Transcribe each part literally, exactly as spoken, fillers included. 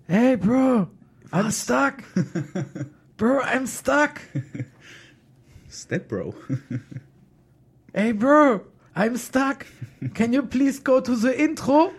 Hey, Bro, I'm Was? stuck. Bro, I'm stuck. Step Bro. Hey, Bro, I'm stuck. Can you please go to the intro?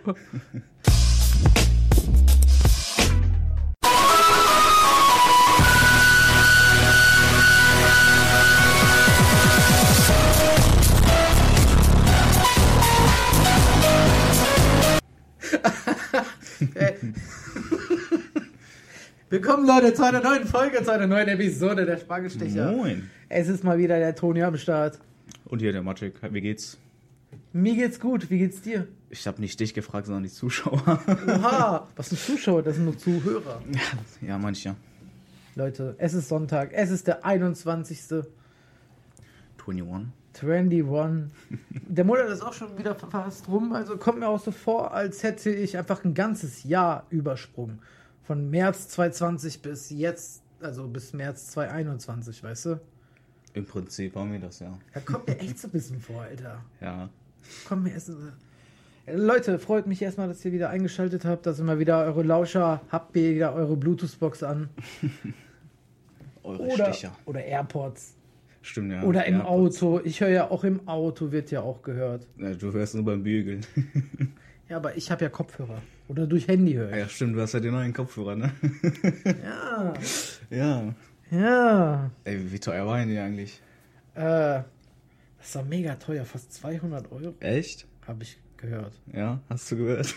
Willkommen, Leute, zu einer neuen Folge, zu einer neuen Episode der Spargelstecher. Moin. Es ist mal wieder der Toni am Start. Und hier der Maciek. Wie geht's? Mir geht's gut. Wie geht's dir? Ich habe nicht dich gefragt, sondern die Zuschauer. Oha, was sind Zuschauer? Das sind nur Zuhörer. Ja, manche. Leute, es ist Sonntag. Es ist der einundzwanzigste einundzwanzig. einundzwanzig. Der Monat ist auch schon wieder fast rum. Also kommt mir auch so vor, als hätte ich einfach ein ganzes Jahr übersprungen. Von März zweitausendzwanzig bis jetzt, also bis März zweitausendeinundzwanzig, weißt du? Im Prinzip haben wir das, ja. Da kommt mir echt so ein bisschen vor, Alter. Ja. Kommt mir erst. Leute, freut mich erstmal, dass ihr wieder eingeschaltet habt, dass ihr mal wieder eure Lauscher habt, wieder eure Bluetooth-Box an. Eure oder, Stecher. Oder AirPods. Stimmt, ja. Oder im AirPods. Auto. Ich höre ja auch im Auto, wird ja auch gehört. Ja, du hörst nur beim Bügeln. Ja, aber ich habe ja Kopfhörer. Oder durch Handy höre ich. Ja, stimmt, du hast ja den neuen Kopfhörer, ne? Ja. Ja. Ja. Ey, wie teuer waren die eigentlich? Äh, das ist doch mega teuer. Fast zweihundert Euro. Echt? Habe ich gehört. Ja, hast du gehört?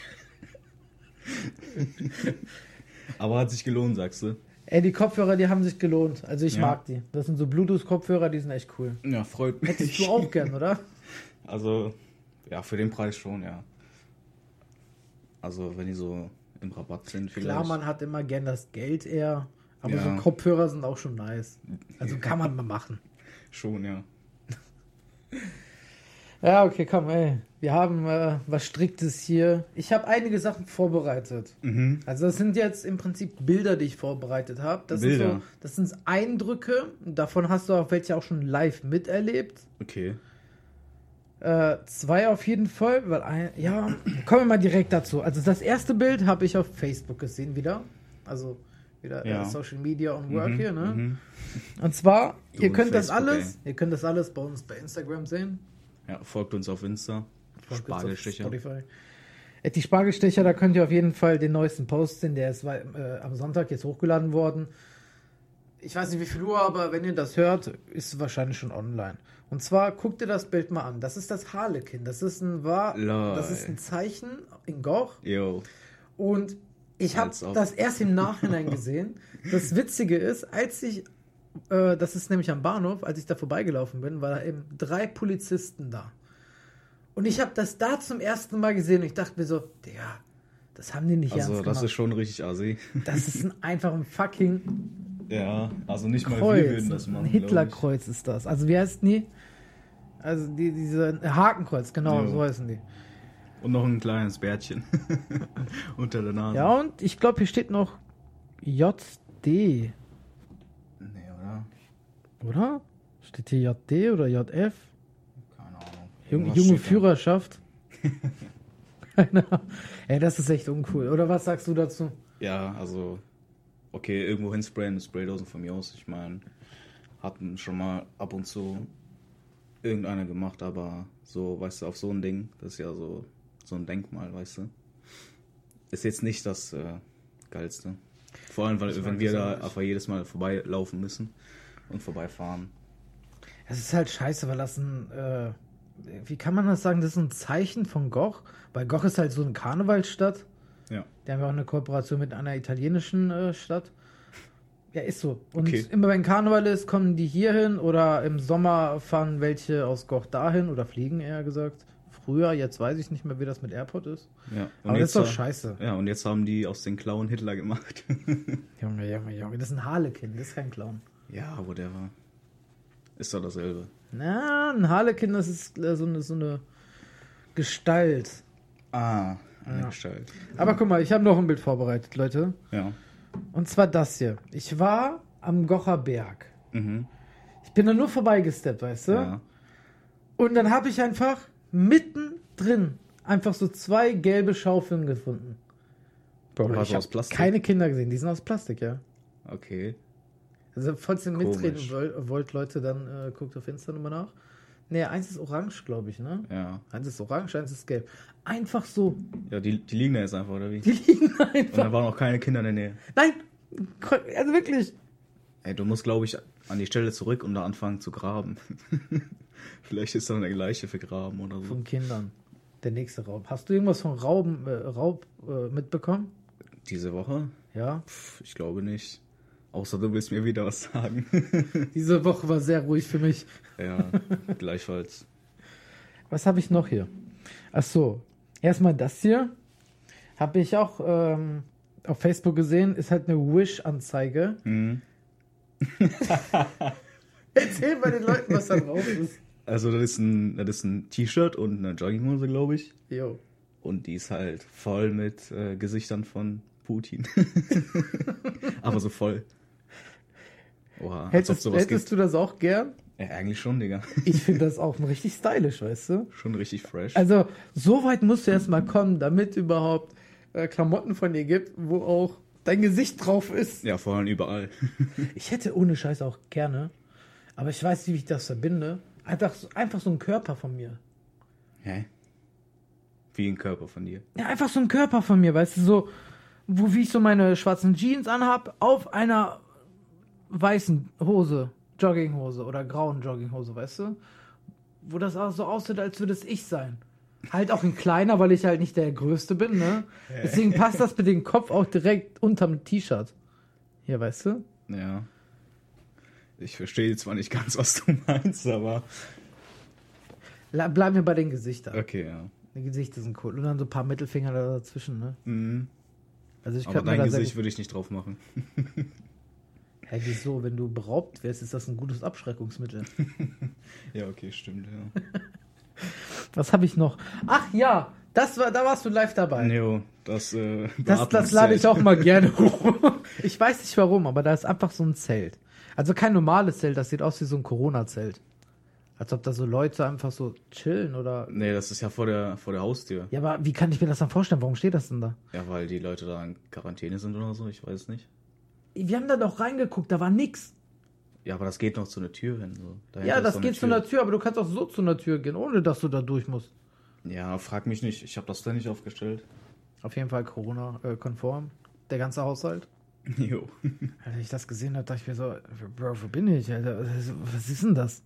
Aber hat sich gelohnt, sagst du? Ey, die Kopfhörer, die haben sich gelohnt. Also ich Ja. mag die. Das sind so Bluetooth-Kopfhörer, die sind echt cool. Ja, freut mich. Hättest du auch gern, oder? Also, ja, für den Preis schon, ja. Also, wenn die so im Rabatt sind vielleicht. Klar, man hat immer gern das Geld eher. Aber Ja. so Kopfhörer sind auch schon nice. Also kann man mal machen. Schon, ja. Ja, okay, komm, ey. Wir haben äh, was Striktes hier. Ich habe einige Sachen vorbereitet. Mhm. Also das sind jetzt im Prinzip Bilder, die ich vorbereitet habe. Das Bilder? Sind so, das sind Eindrücke. Davon hast du auch welche auch schon live miterlebt. Okay. Äh, zwei auf jeden Fall, weil ein, ja, kommen wir mal direkt dazu. Also das erste Bild habe ich auf Facebook gesehen wieder. Also wieder Ja. äh, Social Media und Work Mhm, hier, ne? mhm. Und zwar, Du ihr und könnt das Facebook, alles, ihr könnt das alles bei uns bei Instagram sehen. Ja, folgt uns auf Insta. Folgt uns auf Spargelstecher. Spotify. Äh, Die Spargelstecher, da könnt ihr auf jeden Fall den neuesten Post sehen, der ist äh, am Sonntag jetzt hochgeladen worden. Ich weiß nicht wie viel Uhr, aber wenn ihr das hört, ist es wahrscheinlich schon online. Und zwar guckt ihr das Bild mal an. Das ist das Harlekin. Das ist ein wahr, Lol. das ist ein Zeichen in Goch. Jo. Und ich habe Als ob. das erst im Nachhinein gesehen. Das Witzige ist, als ich, äh, das ist nämlich am Bahnhof, als ich da vorbeigelaufen bin, waren da eben drei Polizisten da. Und ich habe das da zum ersten Mal gesehen und ich dachte mir so, Digga, das haben die nicht Also, ernst das gemacht. ist schon richtig assi. Das ist ein, einfach ein fucking Ja, also nicht mal wir Kreuz. würden das machen. Ein Hitlerkreuz ist das. Also wie heißt die? Also die, diese Hakenkreuz, genau, Jo. so heißen die. Und noch ein kleines Bärtchen unter der Nase. Ja, und ich glaube, hier steht noch J D, Nee, oder? oder? Steht hier J D oder J F? Keine Ahnung. Jung, Irgendwas junge steht da. Führerschaft. Keine Ahnung. Ey, das ist echt uncool. Oder was sagst du dazu? Ja, also, okay, irgendwo hinsprayen, Spraydosen von mir aus. Ich meine, hatten schon mal ab und zu irgendeiner gemacht, aber so, weißt du, auf so ein Ding, das ist ja so, so ein Denkmal, weißt du. Ist jetzt nicht das äh, Geilste. Vor allem, weil Ich mag wenn wir das auch da nicht. einfach jedes Mal vorbeilaufen müssen und vorbeifahren. Es ist halt scheiße, weil das ein, äh, wie kann man das sagen, das ist ein Zeichen von Goch. Weil Goch ist halt so eine Karnevalsstadt. Ja. Die haben ja auch eine Kooperation mit einer italienischen äh, Stadt. Ja, ist so. Und Okay. immer wenn Karneval ist, kommen die hier hin oder im Sommer fahren welche aus Goch dahin oder fliegen eher gesagt. Früher, jetzt weiß ich nicht mehr, wie das mit Airport ist. Ja. Und Aber das ist doch ha- scheiße. Ja, und jetzt haben die aus den Klauen Hitler gemacht. Junge, Junge, Junge, das ist ein Harlekin, das ist kein Clown. Ja, whatever. Ist doch dasselbe. Na, ein Harlekin, das ist äh, so eine, so eine Gestalt. Ah, eine Ja. Gestalt. Aber guck mal, ich habe noch ein Bild vorbereitet, Leute. Ja. Und zwar das hier. Ich war am Gocher Berg. Mhm. Ich bin da nur vorbeigesteppt, weißt du? Ja. Und dann habe ich einfach mittendrin einfach so zwei gelbe Schaufeln gefunden. Bro, War ich so aus habe Plastik? keine Kinder gesehen, die sind aus Plastik, ja. Okay. Also, falls ihr Komisch. mitreden wollt, wollt, Leute, dann äh, guckt auf Insta nochmal nach. Ne, eins ist orange, glaube ich, ne? Ja. Eins ist orange, eins ist gelb. Einfach so. Ja, die, die liegen da jetzt einfach, oder wie? Die liegen Und einfach. da waren auch keine Kinder in der Nähe. Nein! Also wirklich. Ey, du musst, glaube ich, an die Stelle zurück und da anfangen zu graben. Vielleicht ist dann der gleiche für Graben oder so. Von Kindern. Der nächste Raub. Hast du irgendwas von Rauben, äh, Raub äh, mitbekommen? Diese Woche? Ja. Pff, ich glaube nicht. Außer du willst mir wieder was sagen. Diese Woche war sehr ruhig für mich. Ja, gleichfalls. Was habe ich noch hier? Ach so. Erstmal das hier. Habe ich auch ähm, auf Facebook gesehen. Ist halt eine Wish-Anzeige. Mhm. Erzähl mal den Leuten, was da drauf ist. Also das ist ein, das ist ein T-Shirt und eine Jogginghose, glaube ich. Jo. Und die ist halt voll mit äh, Gesichtern von Putin. Aber so voll. Oha, als ob Hättest, sowas hättest gibt. du das auch gern? Ja, eigentlich schon, Digga. Ich finde das auch richtig stylisch, weißt du? Schon richtig fresh. Also, so weit musst du erst mal kommen, damit überhaupt äh, Klamotten von dir gibt, wo auch dein Gesicht drauf ist. Ja, vor allem überall. Ich hätte ohne Scheiß auch gerne, aber ich weiß nicht, wie ich das verbinde. Einfach so, einfach so ein Körper von mir. Hä? Wie ein Körper von dir. Ja, einfach so ein Körper von mir, weißt du, so, wo wie ich so meine schwarzen Jeans anhab, auf einer weißen Hose, Jogginghose oder grauen Jogginghose, weißt du? Wo das auch so aussieht, als würde es ich sein. Halt auch in kleiner, weil ich halt nicht der Größte bin, ne? Deswegen passt das mit dem Kopf auch direkt unterm T-Shirt. Hier, weißt du? Ja. Ich verstehe zwar nicht ganz, was du meinst, aber... La- Bleiben wir bei den Gesichtern. Okay, ja. Die Gesichter sind cool. Und dann so ein paar Mittelfinger da dazwischen, ne? Mhm. Also ich Aber könnte mir dein da sehr Gesicht gut... würde ich nicht drauf machen. Hey, wieso? Wenn du beraubt wirst, ist das ein gutes Abschreckungsmittel. Ja, okay, stimmt, ja. Was habe ich noch? Ach ja, das war, da warst du live dabei. Neo, das äh, Das, das lade ich auch mal gerne hoch. Ich weiß nicht warum, aber da ist einfach so ein Zelt. Also kein normales Zelt, das sieht aus wie so ein Corona-Zelt. Als ob da so Leute einfach so chillen oder... Nee, das ist ja vor der, vor der Haustür. Ja, aber wie kann ich mir das dann vorstellen? Warum steht das denn da? Ja, weil die Leute da in Quarantäne sind oder so, ich weiß nicht. Wir haben da doch reingeguckt, da war nix. Ja, aber das geht noch zu einer Tür hin. So. Dahinter Ja, ist das so eine geht zu einer Tür, aber du kannst auch so zu einer Tür gehen, ohne dass du da durch musst. Ja, frag mich nicht. Ich habe das da nicht aufgestellt. Auf jeden Fall Corona-konform. Der ganze Haushalt. Jo. Als ich das gesehen habe, dachte ich mir so, Bro, wo bin ich, Alter? Was ist denn das?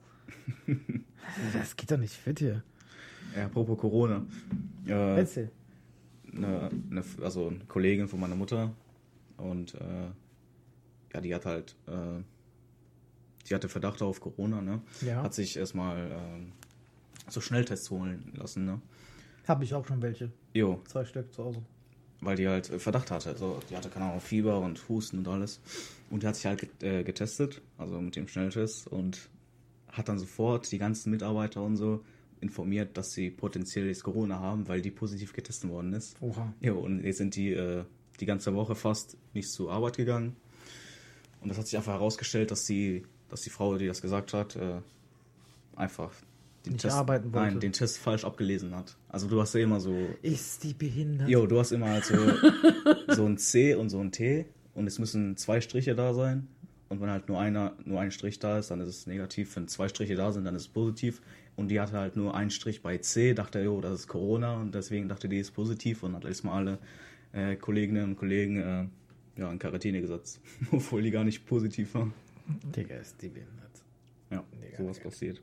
Das geht doch nicht fit hier. Ja, apropos Corona. Äh, Erzähl. eine, eine, also eine Kollegin von meiner Mutter und äh, ja, die hat halt, äh, die hatte Verdacht auf Corona, ne? Ja. Hat sich erstmal ähm, so Schnelltests holen lassen, ne? Habe ich auch schon welche. Jo, Zwei Stück zu Hause. weil die halt Verdacht hatte. Also die hatte, keine Ahnung, Fieber und Husten und alles. Und die hat sich halt get- äh, getestet, also mit dem Schnelltest und hat dann sofort die ganzen Mitarbeiter und so informiert, dass sie potenziell jetzt Corona haben, weil die positiv getestet worden ist. Oha. Ja, und jetzt sind die äh, die ganze Woche fast nicht zur Arbeit gegangen. Und das hat sich einfach herausgestellt, dass die, dass die Frau, die das gesagt hat, äh, einfach den Nicht Test, arbeiten wollte. nein, den Test falsch abgelesen hat. Also du hast ja immer so, Ist die behindert? jo, du hast immer halt so, so ein C und so ein T und es müssen zwei Striche da sein. Und wenn halt nur einer, nur ein Strich da ist, dann ist es negativ. Wenn zwei Striche da sind, dann ist es positiv. Und die hatte halt nur einen Strich bei C, dachte, jo, das ist Corona und deswegen dachte die ist positiv und hat erstmal alle äh, Kolleginnen und Kollegen äh, ja, in Quarantäne gesetzt, obwohl die gar nicht positiv waren. Digga, ist die behindert. Ja, Digga, sowas Digga. passiert.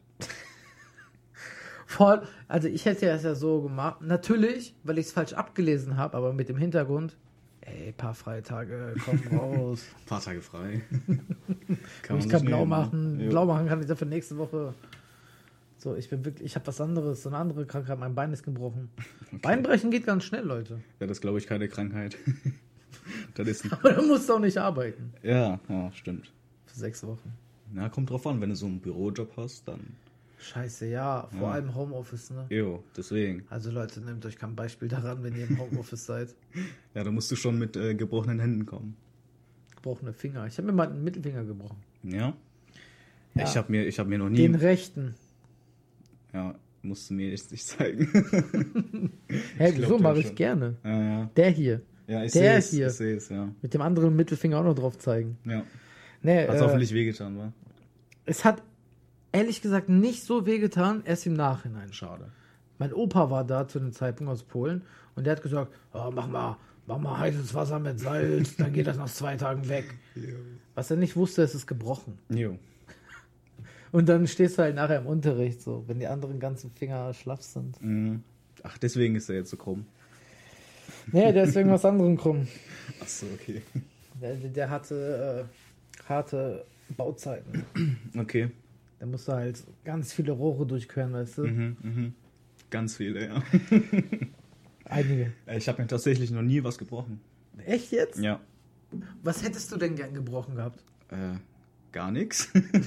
Voll, also ich hätte das ja so gemacht. Natürlich, weil ich es falsch abgelesen habe, aber mit dem Hintergrund, ey, paar Freitage, komm raus. Ein paar Tage frei. ich sich kann blau nehmen, machen. ne? Jo. Blau machen kann ich dafür nächste Woche. So, ich bin wirklich, ich habe was anderes, so eine andere Krankheit, mein Bein ist gebrochen. Okay. Beinbrechen geht ganz schnell, Leute. Ja, das ist, glaube ich, keine Krankheit. Das ist ein, Aber du musst auch nicht arbeiten. ja, ja, stimmt. Für sechs Wochen. Na, kommt drauf an, wenn du so einen Bürojob hast, dann. Scheiße, ja, vor Ja. allem Homeoffice, ne? Jo, deswegen. Also Leute, nehmt euch kein Beispiel daran, wenn ihr im Homeoffice seid. Ja, da musst du schon mit äh, gebrochenen Händen kommen. Gebrochene Finger. Ich habe mir mal einen Mittelfinger gebrochen. Ja? Ja. Ich habe mir, ich hab mir noch nie. Den rechten. Ja, musst du mir jetzt nicht zeigen. Hä, Ich glaub wieso dir mache ich schon. gerne? Ja, ja. Der hier. Ja, ich Der sehe es, hier. ich sehe es, ja. Mit dem anderen Mittelfinger auch noch drauf zeigen. Ja. Nee, Hat äh, hoffentlich wehgetan, wa? es hat ehrlich gesagt nicht so wehgetan, erst im Nachhinein. Schade. Mein Opa war da zu dem Zeitpunkt aus Polen und der hat gesagt, oh, mach mal, mach mal heißes Wasser mit Salz, dann geht das nach zwei Tagen weg. Was er nicht wusste, es ist gebrochen. Jo. Und dann stehst du halt nachher im Unterricht so, wenn die anderen ganzen Finger schlaff sind. Mhm. Ach, deswegen ist er jetzt so krumm. Nee, der ist wegen was anderem krumm. Ach so, okay. Der, der hatte äh, harte Bauzeiten. Okay. Der musste halt ganz viele Rohre durchqueren, weißt du? Mhm, mhm. Ganz viele, ja. Einige. Ich habe mir tatsächlich noch nie was gebrochen. Echt jetzt? Ja. Was hättest du denn gern gebrochen gehabt? Äh, gar nichts.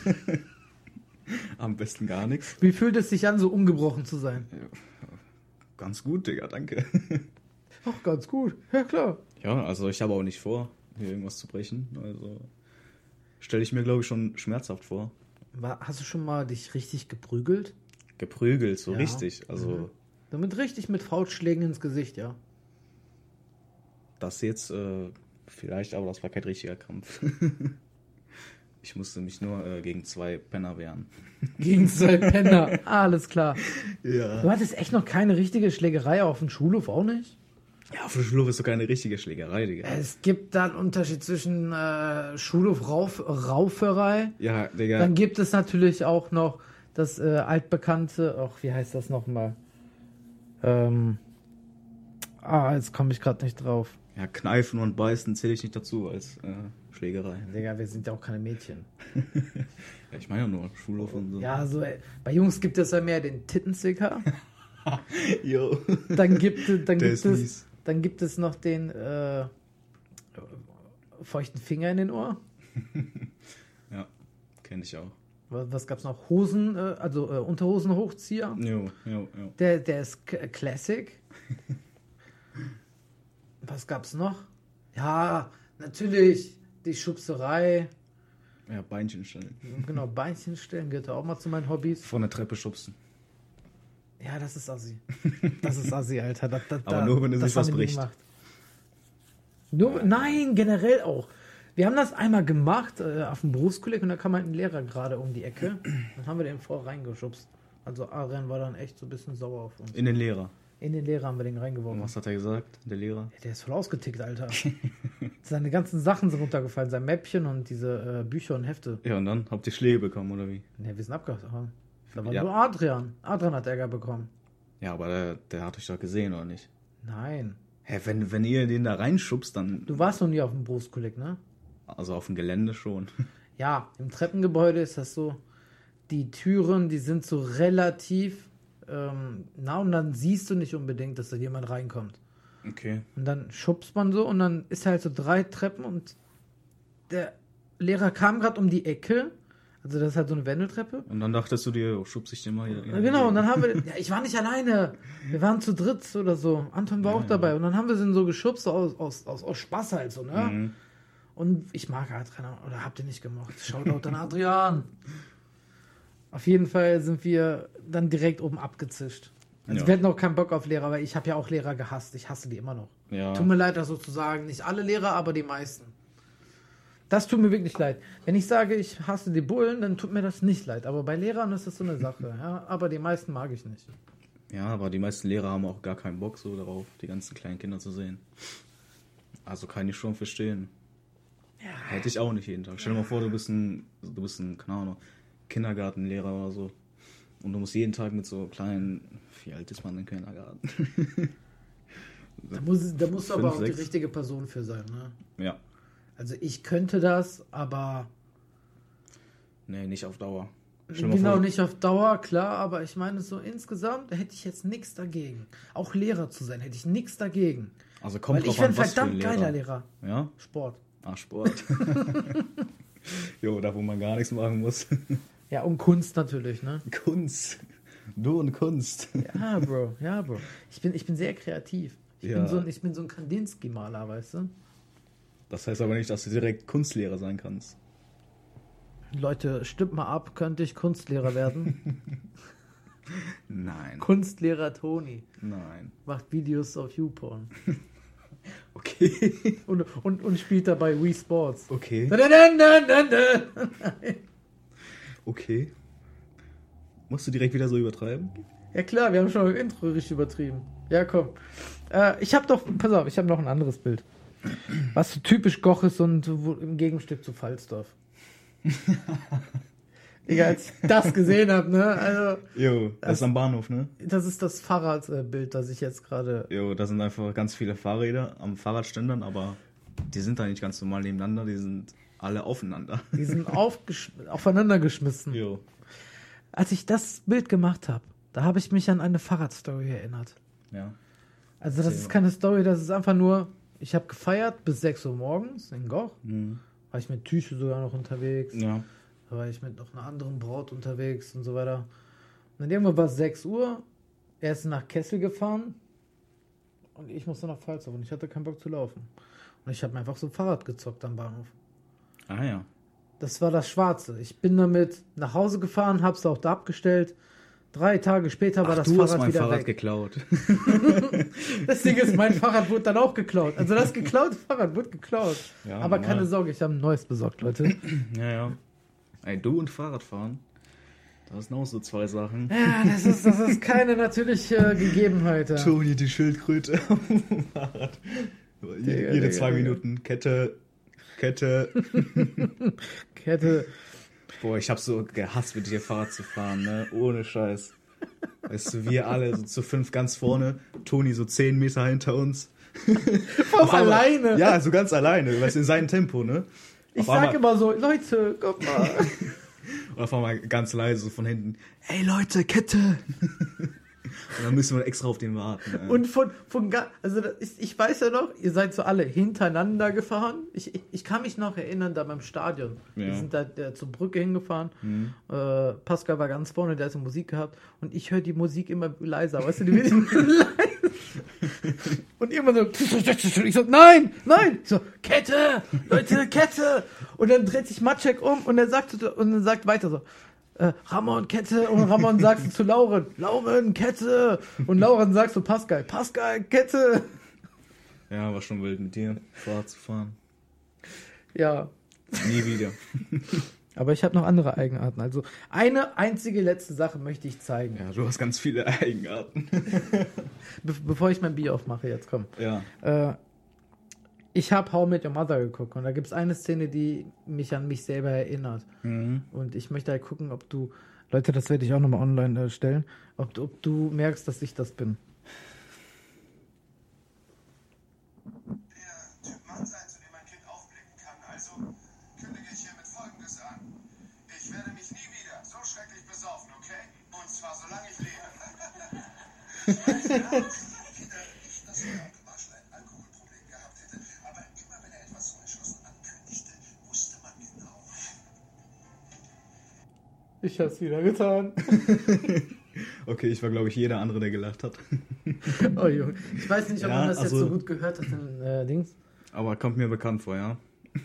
Am besten gar nichts. Wie fühlt es sich an, so ungebrochen zu sein? Ganz gut, Digga, danke. Ach, ganz gut. Ja, klar. Ja, also ich habe auch nicht vor, hier irgendwas zu brechen. Also stelle ich mir, glaube ich, schon schmerzhaft vor. War, hast du schon mal dich richtig geprügelt? Geprügelt, so Ja. richtig. Also Mhm. Damit richtig mit Faustschlägen ins Gesicht, ja. das jetzt äh, vielleicht, aber das war kein richtiger Kampf. Ich musste mich nur äh, gegen zwei Penner wehren. Gegen zwei Penner. Alles klar. Ja. Du hattest echt noch keine richtige Schlägerei auf dem Schulhof, auch nicht? Ja, auf dem Schulhof ist doch keine richtige Schlägerei, Digga. Es gibt da einen Unterschied zwischen äh, Schulhof Rauf, Rauferei. Ja, Digga. Dann gibt es natürlich auch noch das äh, altbekannte, ach, wie heißt das nochmal? Ähm, ah, jetzt komme ich gerade nicht drauf. Ja, Kneifen und Beißen zähle ich nicht dazu als äh, Schlägerei. Digga, wir sind ja auch keine Mädchen. Ja, ich meine ja nur Schulhof und so. Ja, so, äh, bei Jungs gibt es ja mehr den Tittenzicker. Jo. Dann gibt, dann, Der gibt ist es, mies. dann gibt es noch den äh, feuchten Finger in den Ohr. Ja, kenne ich auch. Was, was gab's noch? Hosen, äh, also äh, Unterhosenhochzieher. Jo, jo, jo. Der, der ist K- Classic. Was gab's noch? Ja, natürlich die Schubserei. Ja, Beinchen stellen. Genau, Beinchen stellen gehört auch mal zu meinen Hobbys. Von der Treppe schubsen. Ja, das ist Assi. Das ist Assi, Alter. Da, da, Aber nur, wenn es das sich was haben wir nie bricht. gemacht. Nur, nein, generell auch. Wir haben das einmal gemacht äh, auf dem Berufskolleg und da kam halt ein Lehrer gerade um die Ecke. Dann haben wir den vor reingeschubst. Also Adrian war dann echt so ein bisschen sauer auf uns. In den Lehrer. In den Lehrer haben wir den Und reingeworfen. was hat er gesagt, der Lehrer? Ja, der ist voll ausgetickt, Alter. Seine ganzen Sachen sind runtergefallen. Sein Mäppchen und diese äh, Bücher und Hefte. Ja, und dann habt ihr Schläge bekommen, oder wie? Ne, wir sind abgehauen. Da war Ja. nur Adrian. Adrian hat Ärger bekommen. Ja, aber der, der hat euch doch gesehen, oder nicht? Nein. Hä, wenn, wenn ihr den da reinschubst, dann... Du warst noch nie auf dem Berufskolleg, ne? Also auf dem Gelände schon. Ja, im Treppengebäude ist das so. Die Türen, die sind so relativ ähm, nah und dann siehst du nicht unbedingt, dass da jemand reinkommt. Okay. Und dann schubst man so und dann ist halt so drei Treppen und der Lehrer kam gerade um die Ecke. Also das ist halt so eine Wendeltreppe. Und dann dachtest du dir, oh, schubst ich den mal hier. Ja, genau, und dann haben wir, ja, ich war nicht alleine. Wir waren zu dritt oder so. Anton war Ja, auch dabei. Und dann haben wir sie so geschubst, so aus, aus, aus, aus Spaß halt so, ne? Mhm. Und ich mag Adrian, oder habt ihr nicht gemacht? Shoutout an Adrian. Auf jeden Fall sind wir dann direkt oben abgezischt. Also Ja. wir hatten auch keinen Bock auf Lehrer, weil ich habe ja auch Lehrer gehasst. Ich hasse die immer noch. Ja. Tut mir leid, das sozusagen. Nicht alle Lehrer, aber die meisten. Das tut mir wirklich leid. Wenn ich sage, ich hasse die Bullen, dann tut mir das nicht leid. Aber bei Lehrern ist das so eine Sache. Ja? Aber die meisten mag ich nicht. Ja, aber die meisten Lehrer haben auch gar keinen Bock so darauf, die ganzen kleinen Kinder zu sehen. Also kann ich schon verstehen. Ja. Hätte ich auch nicht jeden Tag. Stell dir mal vor, du bist ein, du bist ein, keine Ahnung, Kindergartenlehrer oder so. Und du musst jeden Tag mit so kleinen, wie alt ist man im Kindergarten? Da, muss, da musst du aber Fünf, auch sechs. die richtige Person für sein. Ne? Ja. Also ich könnte das, aber Nee, nicht auf Dauer. Stell dir mal genau vor, nicht auf Dauer, klar. Aber ich meine so insgesamt hätte ich jetzt nichts dagegen. Auch Lehrer zu sein, hätte ich nichts dagegen. Also kommt Weil ich drauf bin an, was für ein verdammt Lehrer. geiler Lehrer. Ja? Sport. Ach, Sport. Jo, da wo man gar nichts machen muss. Ja, und Kunst natürlich, ne? Kunst. Du und Kunst. Ja, Bro, ja, Bro. Ich bin, ich bin sehr kreativ. Ich, Ja. bin so ein, ich bin so ein Kandinsky-Maler, weißt du? Das heißt aber nicht, dass du direkt Kunstlehrer sein kannst. Leute, stimmt mal ab, könnte ich Kunstlehrer werden? Nein. Kunstlehrer Toni Nein. macht Videos auf YouPorn. Okay. Und, und, und spielt dabei Wii Sports. Okay. Da, da, da, da, da. Okay. Musst du direkt wieder so übertreiben? Ja klar, wir haben schon im Intro richtig übertrieben. Ja, komm. Äh, ich habe doch, pass auf, ich habe noch ein anderes Bild. Was so typisch Goch ist und wo, im Gegenstück zu Pfalzdorf. Egal, als ich das gesehen habe, ne? Also, Jo, das, Das- ist am Bahnhof, ne? das ist das Fahrradbild, das ich jetzt gerade. Jo, da sind einfach ganz viele Fahrräder am Fahrradständern, aber die sind da nicht ganz normal nebeneinander, die sind alle aufeinander. Die sind aufgesch- aufeinander geschmissen. Jo. Als ich das Bild gemacht habe, da habe ich mich an eine Fahrradstory erinnert. Ja. Also das Sehr. ist keine Story, das ist einfach nur, ich habe gefeiert bis sechs Uhr morgens in Goch. Mhm. War ich mit Tüche sogar noch unterwegs. Ja. Da war ich mit noch einer anderen Braut unterwegs und so weiter. Und dann irgendwann war es sechs Uhr. Er ist nach Kessel gefahren. Und ich musste nach Pfalzdorf und ich hatte keinen Bock zu laufen. Und ich habe mir einfach so ein Fahrrad gezockt am Bahnhof. Ah ja. Das war das Schwarze. Ich bin damit nach Hause gefahren, hab's auch da abgestellt. Drei Tage später war Ach, das du Fahrrad hast mein wieder Fahrrad weg. geklaut. Das Ding ist, mein Fahrrad wurde dann auch geklaut. Also das geklaute Fahrrad wurde geklaut. Ja, Aber normal. keine Sorge, ich habe ein neues besorgt, Leute. Ja, ja. Ey, du und Fahrradfahren, das sind auch so zwei Sachen. Ja, das ist, das ist keine natürliche Gegebenheit. Ja. Toni, die Schildkröte auf dem Fahrrad. Jede, Digga, jede Digga, zwei Digga. Minuten Kette, Kette. Kette. Boah, ich hab so gehasst, mit dir Fahrrad zu fahren, ne? Ohne Scheiß. Weißt du, wir alle so zu fünf ganz vorne, Toni so zehn Meter hinter uns. Auf einmal- alleine. Ja, so ganz alleine, weißt du, in seinem Tempo, ne? Ich Auf sag einmal- immer so, Leute, guck mal. Und auf einmal ganz leise so von hinten, ey Leute, Kette! Und dann müssen wir extra auf den warten. ey. Und von, von ga- also das ist, ich weiß ja noch, ihr seid so alle hintereinander gefahren. Ich, ich, ich kann mich noch erinnern, da beim Stadion. Wir Ja. sind da der, zur Brücke hingefahren. Mhm. Äh, Pascal war ganz vorne, der hat so Musik gehabt. Und ich höre die Musik immer leiser, weißt du, die wird immer leiser. Und immer so, ich so, nein, nein! Ich so, Kette! Leute, Kette! Und dann dreht sich Maciek um und er sagt, so- und dann sagt weiter so, äh, Ramon, Kette. Und Ramon sagt so zu Lauren, Lauren, Kette. Und Lauren sagt zu Pascal, Pascal, Kette. Ja, war schon wild mit dir, Fahrrad zu fahren. Ja, Nie wieder. aber ich habe noch andere Eigenarten. Also eine einzige letzte Sache möchte ich zeigen, Ja, du hast ganz viele Eigenarten. be bevor ich mein Bier aufmache. Jetzt komm. Ja. Äh, ich habe How I Met Your Mother geguckt und da gibt es eine Szene, die mich an mich selber erinnert. Mhm. Und ich möchte halt gucken, ob du, Leute, das werde ich auch nochmal online äh, stellen, ob, du- ob du merkst, dass ich das bin. Der Typ Mann sein, zu dem ein Kind aufblicken kann. Also kündige ich hiermit Folgendes an. Ich werde mich nie wieder so schrecklich besaufen, okay? Und zwar solange ich lebe. Ich weiß ja, nicht, dass er Marshall ein Alkoholproblem gehabt hätte, aber immer wenn er etwas so entschlossen ankündigte, wusste man genau. Ich hab's wieder getan. Okay, ich war, glaube ich, jeder andere, der gelacht hat. Oh Junge. Ich weiß nicht, ob Ja, man das also- jetzt so gut gehört hat in äh, Dings. Aber kommt mir bekannt vor, ja?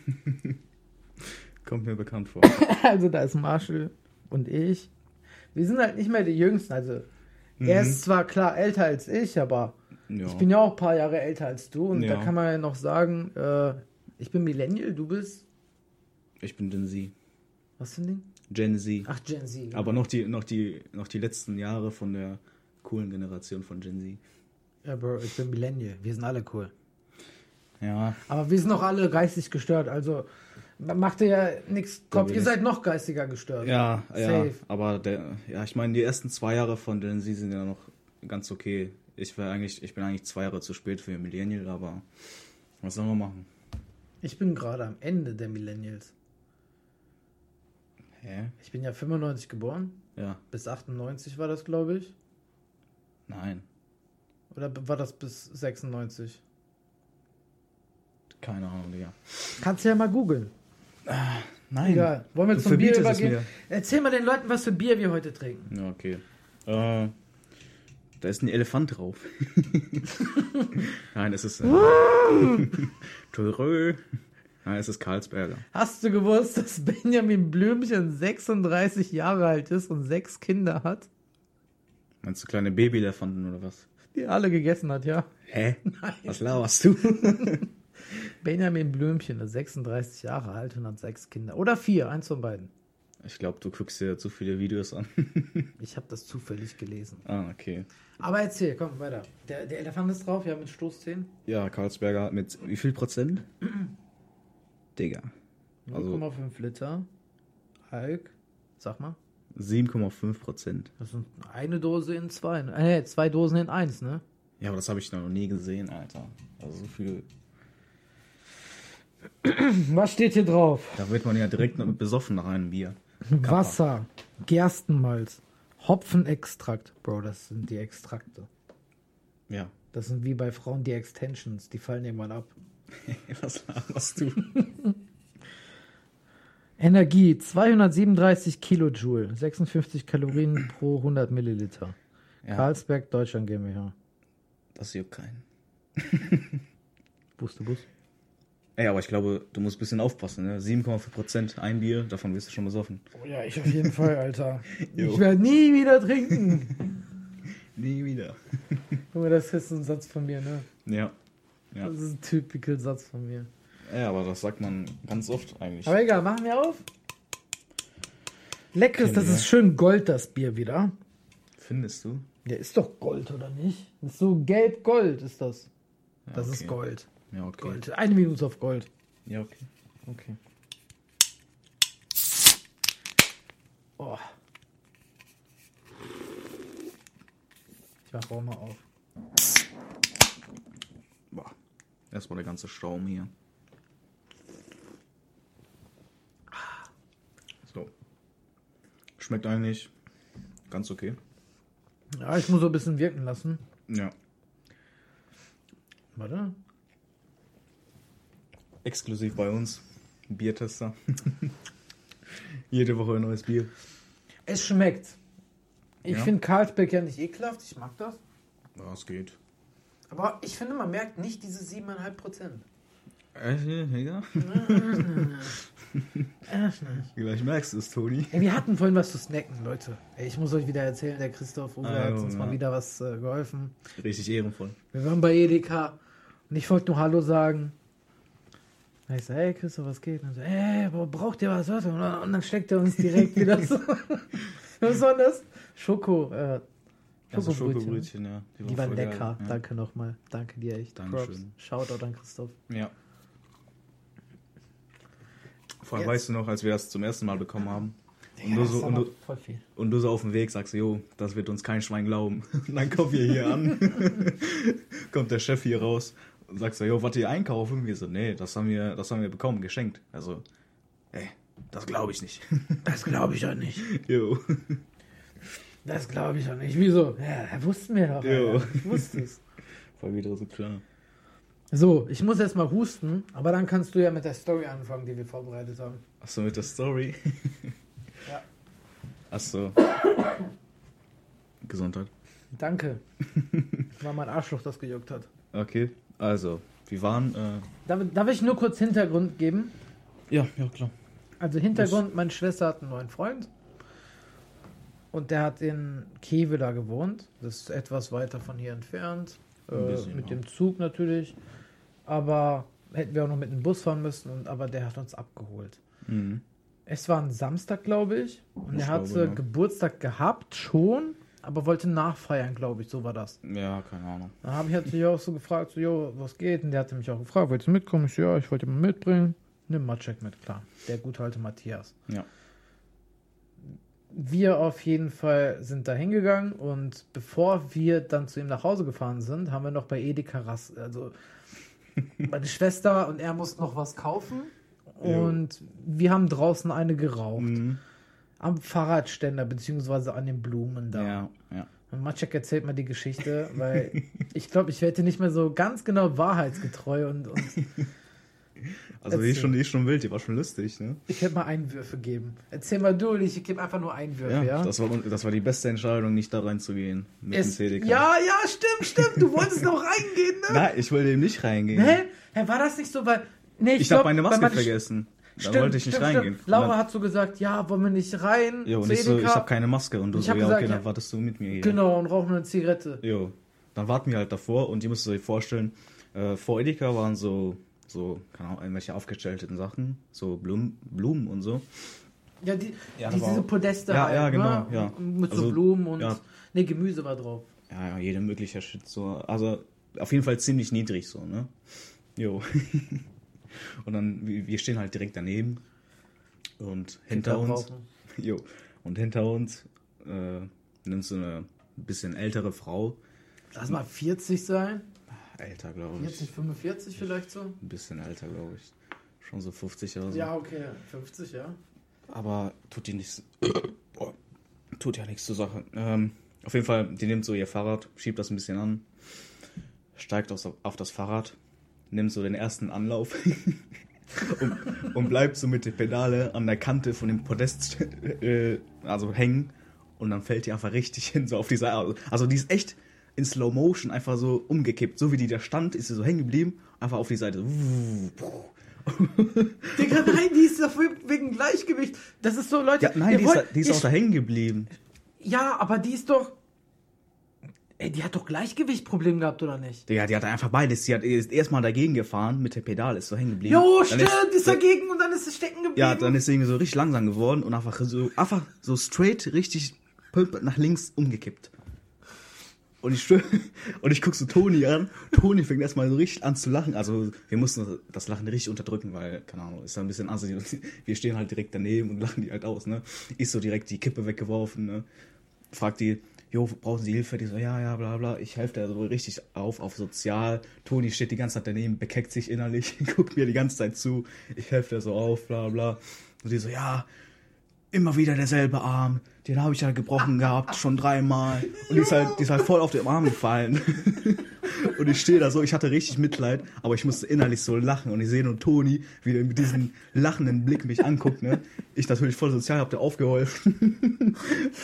Kommt mir bekannt vor. Also da ist Marshall und ich. Wir sind halt nicht mehr die Jüngsten. Also er ist zwar klar älter als ich, aber Ja. ich bin ja auch ein paar Jahre älter als du. Und Ja. da kann man ja noch sagen, äh, ich bin Millennial, du bist... Ich bin Gen Z. Was für ein Ding? Gen Z. Ach, Gen Z. Aber noch die, noch, die, noch die letzten Jahre von der coolen Generation von Gen Z. Ja, Bro, ich bin Millennial. Wir sind alle cool. Ja. Aber wir sind auch alle geistig gestört. Also macht ihr ja nichts Kopf. wir Ihr nicht. seid noch geistiger gestört. Ja, ja. Safe. Aber der, ja, ich meine, die ersten zwei Jahre von Gen Z sind ja noch ganz okay. Ich war eigentlich, ich bin eigentlich zwei Jahre zu spät für Millennial, aber was sollen wir machen? Ich bin gerade am Ende der Millennials. Hä? Ich bin ja fünfundneunzig geboren. Ja. Bis achtundneunzig war das, glaube ich. Nein. Oder war das bis sechsundneunzig? Keine Ahnung, Digga. Kannst du ja mal googeln. Nein. Egal. Wollen wir Du zum Bier verbietest es übergehen? mir. Erzähl mal den Leuten, was für Bier wir heute trinken. Ja, okay. Äh, da ist ein Elefant drauf. Nein, es ist. Äh, Törö. Nein, es ist Karlsberger. Hast du gewusst, dass Benjamin Blümchen sechsunddreißig Jahre alt ist und sechs Kinder hat? Meinst du kleine Babyelefanten oder was? Die alle gegessen hat, ja. Hä? Nein. Was laberst du? Benjamin Blümchen ist sechsunddreißig Jahre alt und hat sechs Kinder. Oder vier, eins von beiden. Ich glaube, du guckst dir zu viele Videos an. Ich habe das zufällig gelesen. Ah, okay. Aber erzähl, komm, weiter. Der, der Elefant ist drauf, ja, mit Stoßzähnen. Ja, Karlsberger mit wie viel Prozent? Digga. null Komma fünf Liter. Alk, sag mal. sieben Komma fünf Prozent. Das sind eine Dose in zwei. Äh, zwei Dosen in eins, ne? Ja, aber das habe ich noch nie gesehen, Alter. Also so viel. Was steht hier drauf? Da wird man ja direkt noch besoffen nach einem Bier. Kappa. Wasser, Gerstenmalz, Hopfenextrakt. Bro, das sind die Extrakte. Ja. Das sind wie bei Frauen die Extensions. Die fallen irgendwann ab. Was laberst du? Energie, zweihundertsiebenunddreißig Kilojoule, sechsundfünfzig Kalorien pro hundert Milliliter. Ja. Carlsberg, Deutschland GmbH. Das juckt keinen. Buste Bus. Ey, aber ich glaube, du musst ein bisschen aufpassen, ne? sieben Komma fünf Prozent ein Bier, davon wirst du schon besoffen. Oh ja, ich auf jeden Fall, Alter. Jo. Ich werde nie wieder trinken. Nie wieder. Guck mal, das ist ein Satz von mir, ne? Ja. Ja. Das ist ein typical Satz von mir. Ja, aber das sagt man ganz oft eigentlich. Aber egal, machen wir auf. Leckeres, Okay, das ja. ist schön Gold, das Bier wieder. Findest du? Ja, ist doch Gold, oder nicht? Das ist so gelb-gold ist das. Ja, Das okay. ist Gold. Ja, okay. Gold. Eine Minute auf Gold. Ja, okay. Okay. Oh. Ich mach auch mal auf. Boah. Erstmal der ganze Schaum hier. So. Schmeckt eigentlich ganz okay. Ja, ich muss so ein bisschen wirken lassen. Ja. Warte. Exklusiv bei uns. Biertester. Jede Woche ein neues Bier. Es schmeckt. Ich Ja. finde Carlsberg ja nicht ekelhaft. Ich mag das. Ja, es geht. Aber ich finde, man merkt nicht diese sieben Komma fünf Prozent. Äh, ja. Vielleicht merkst du es, Toni. Ey, wir hatten vorhin was zu snacken, Leute. Ey, ich muss euch wieder erzählen, der Christoph Uwe Ah, hat jo, uns ja. mal wieder was äh, geholfen. Richtig ehrenvoll. Wir waren bei Edeka und ich wollte nur Hallo sagen. Und ich so, hey Christoph, was geht? Und er so, hey, braucht ihr was? was? Und dann und dann steckt er uns direkt wieder so. Was war das? Schoko, äh, Also Schokobrötchen. Schokobrötchen, ja. Die waren voll lecker. geil, ja. Danke nochmal. Danke dir echt. Dankeschön. Props. Shoutout an Christoph. Ja. Vor allem Jetzt. weißt du noch, als wir das zum ersten Mal bekommen haben. Und, Ja, du, das so, ist und, aber du, voll viel. und du so auf dem Weg sagst, jo, das wird uns kein Schwein glauben. Und dann kommen wir hier an. Kommt der Chef hier raus und sagt so, jo, was ihr einkaufen? Wir so, nee, das haben wir, das haben wir bekommen, geschenkt. Also, ey, das glaube ich nicht. Das glaube ich doch nicht. Jo. Das glaube ich doch nicht. Wieso? Ja, er wussten wir doch. Jo. Alter. Ich wusste es. Voll wieder so klar. So, ich muss jetzt mal husten, aber dann kannst du ja mit der Story anfangen, die wir vorbereitet haben. Achso, mit der Story. Ja. Achso. Gesundheit. Danke. War mein Arschloch, das gejuckt hat. Okay, also, wir waren, äh, Darf, darf ich nur kurz Hintergrund geben? ja, ja, klar. Also Hintergrund, meine Schwester hat einen neuen Freund. Und der hat in Kevela gewohnt. Das ist etwas weiter von hier entfernt. Ein Äh, bisschen, mit ja. dem Zug natürlich. Aber hätten wir auch noch mit dem Bus fahren müssen. Und, aber der hat uns abgeholt. Mhm. Es war ein Samstag, glaube ich. Und Ich er hatte glaube, ja. Geburtstag gehabt schon. Aber wollte nachfeiern, glaube ich. So war das. Ja, keine Ahnung. Da habe ich natürlich auch so gefragt, so, jo, was geht? Und der hatte mich auch gefragt, wolltest du mitkommen? Ich so, ja, ich wollte mal mitbringen. Nimm Maciek mit, klar. Der gute alte Matthias. Ja. Wir auf jeden Fall sind da hingegangen und bevor wir dann zu ihm nach Hause gefahren sind, haben wir noch bei Edeka Rast, also meine Schwester und er mussten noch was kaufen und wir haben draußen eine geraucht. Mhm. Am Fahrradständer, beziehungsweise an den Blumen da. Ja, ja. Und Maciek erzählt mal die Geschichte, weil ich glaube, ich werde nicht mehr so ganz genau wahrheitsgetreu und, und Also die Erzähl. ist, schon, die ist schon wild, die war schon lustig, ne? ich werde mal Einwürfe geben. Erzähl mal du und ich gebe einfach nur Einwürfe, Ja, ja? Das, war, das war die beste Entscheidung, nicht da reinzugehen. Mit Es, dem C D K. ja, ja, stimmt, stimmt. Du wolltest noch reingehen, ne? Nein, ich wollte eben nicht reingehen. Hä? Hä, war das nicht so, weil... Nee, Ich, glaub, habe meine weil Maske man- vergessen. Da Stimmt, wollte ich nicht stimmt, reingehen. Stimmt. Laura Und dann, hat so gesagt, ja, wollen wir nicht rein? jo, und zu ich so, ich Edeka? habe keine Maske. Und du Ich so, hab ja, gesagt, okay, ja. dann wartest du mit mir hier. Genau, und rauchen eine Zigarette. Jo. dann warten wir halt davor und die musst du dir vorstellen, äh, vor Edeka waren so, so, keine Ahnung, irgendwelche aufgestellten Sachen, so Blumen, Blumen und so. Ja, die, Ja, die das war diese auch- Podeste Ja, halt, ja, genau, ne? ja. Mit Also, so Blumen und ja. ne, Gemüse war drauf. Ja, ja, jede mögliche Shit, so, also auf jeden Fall ziemlich niedrig, so, ne? Jo. Und dann, wir wir stehen halt direkt daneben und hinter Kippe uns, rauchen. jo, und hinter uns äh, nimmt so eine bisschen ältere Frau, Lass mal vierzig sein. älter, glaube ich, vierzig, fünfundvierzig vielleicht so. ein bisschen älter, glaube ich, schon so fünfzig oder so. Ja, okay. fünfzig, ja. Aber tut die nichts, Boah, tut ja nichts zur Sache. Ähm, auf jeden Fall, die nimmt so ihr Fahrrad, schiebt das ein bisschen an, steigt auf, auf das Fahrrad, nimmt so den ersten Anlauf und, und bleibt so mit der Pedale an der Kante von dem Podest äh, also hängen und dann fällt die einfach richtig hin, so auf die Seite. Also die ist echt in Slow Motion einfach so umgekippt. So wie die da stand, ist sie so hängen geblieben, einfach auf die Seite. Digga, nein, die ist doch wegen Gleichgewicht. Das ist so, Leute. Ja, nein, ihr die ist, wollt- die ist ihr auch da hängen geblieben. Ja, aber die ist doch. Ey, die hat doch Gleichgewichtproblem gehabt, oder nicht? Digga, die hat einfach beides. Sie hat ist erstmal dagegen gefahren mit der Pedale, ist so hängen geblieben. Jo, Dann stimmt, ist dagegen und dann ist es stecken geblieben. Ja, dann ist sie irgendwie so richtig langsam geworden und einfach so, einfach so straight, richtig pump nach links umgekippt. Und ich schwör, und ich guck so Toni an. Toni fängt erstmal so richtig an zu lachen. Also, wir mussten das Lachen richtig unterdrücken, weil, keine Ahnung, ist da ein bisschen assi. Wir stehen halt direkt daneben und lachen die halt aus, ne? Ist so direkt die Kippe weggeworfen, ne? Fragt die, jo, brauchen Sie Hilfe? Die so, ja, ja, bla, bla. Ich helfe da so richtig auf, auf sozial. Toni steht die ganze Zeit daneben, bekeckt sich innerlich, guckt mir die ganze Zeit zu. Ich helfe da so auf, bla, bla. Und die so, ja, immer wieder derselbe Arm. Den habe ich ja gebrochen gehabt, schon dreimal. Und die ist halt, die ist halt voll auf den Arm gefallen. Und ich stehe da so, ich hatte richtig Mitleid, aber ich musste innerlich so lachen. Und ich sehe nur Toni, wie er mit diesem lachenden Blick mich anguckt, ne? Ich natürlich voll sozial, hab dir aufgeholfen.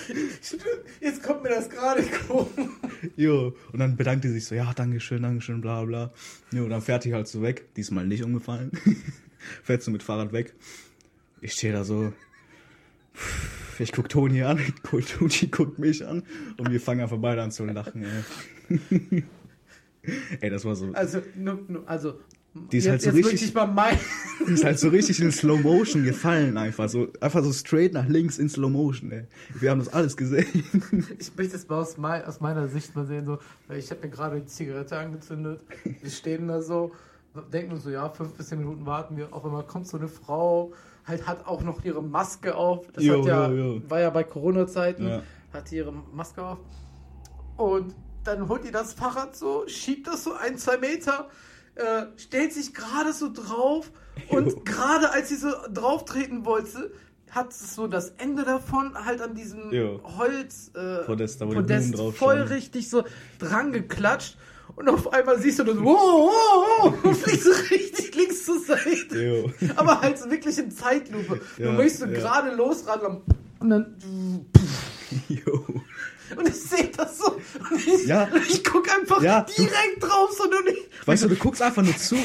Jetzt kommt mir das gerade gucken. Jo. Und dann bedankte sie sich so, ja, dankeschön, dankeschön, bla, bla. Jo, dann fährt die halt so weg. Diesmal nicht umgefallen. Fährt so mit Fahrrad weg. Ich stehe da so. Ich guck Toni an, Toni guckt mich an und wir fangen einfach beide an zu lachen, ey. Ey, das war so. Also, nu, nu, also Die ist jetzt, halt so jetzt richtig- wirklich mal mein. Die ist halt so richtig in Slow Motion gefallen, einfach so. Einfach so straight nach links in Slow Motion, ey. Wir haben das alles gesehen. Ich möchte das mal aus, mein, aus meiner Sicht mal sehen, so, weil ich habe mir gerade die Zigarette angezündet. Wir stehen da so, denken uns so, ja, fünf bis zehn Minuten warten wir. Auf einmal kommt so eine Frau, halt hat auch noch ihre Maske auf. Das Jo, hat ja, jo, jo. war ja bei Corona-Zeiten, Ja. hat die ihre Maske auf. Und dann holt die das Fahrrad so, schiebt das so ein, zwei Meter, äh, stellt sich gerade so drauf und Jo. gerade als sie so drauf treten wollte, hat es so das Ende davon halt an diesem Jo. Holz äh, Podest, da wo die Blumen drauf voll standen. richtig so dran geklatscht und auf einmal siehst du das, wow, wow, wow, und fliegst so richtig links zur Seite. Jo. Aber halt so wirklich in Zeitlupe. Ja, du möchtest so ja. gerade losradern und dann Jo. und ich sehe das so und ich, Ja. und ich guck einfach Ja, du- direkt drauf so und ich, Weißt du, du guckst einfach nur zu.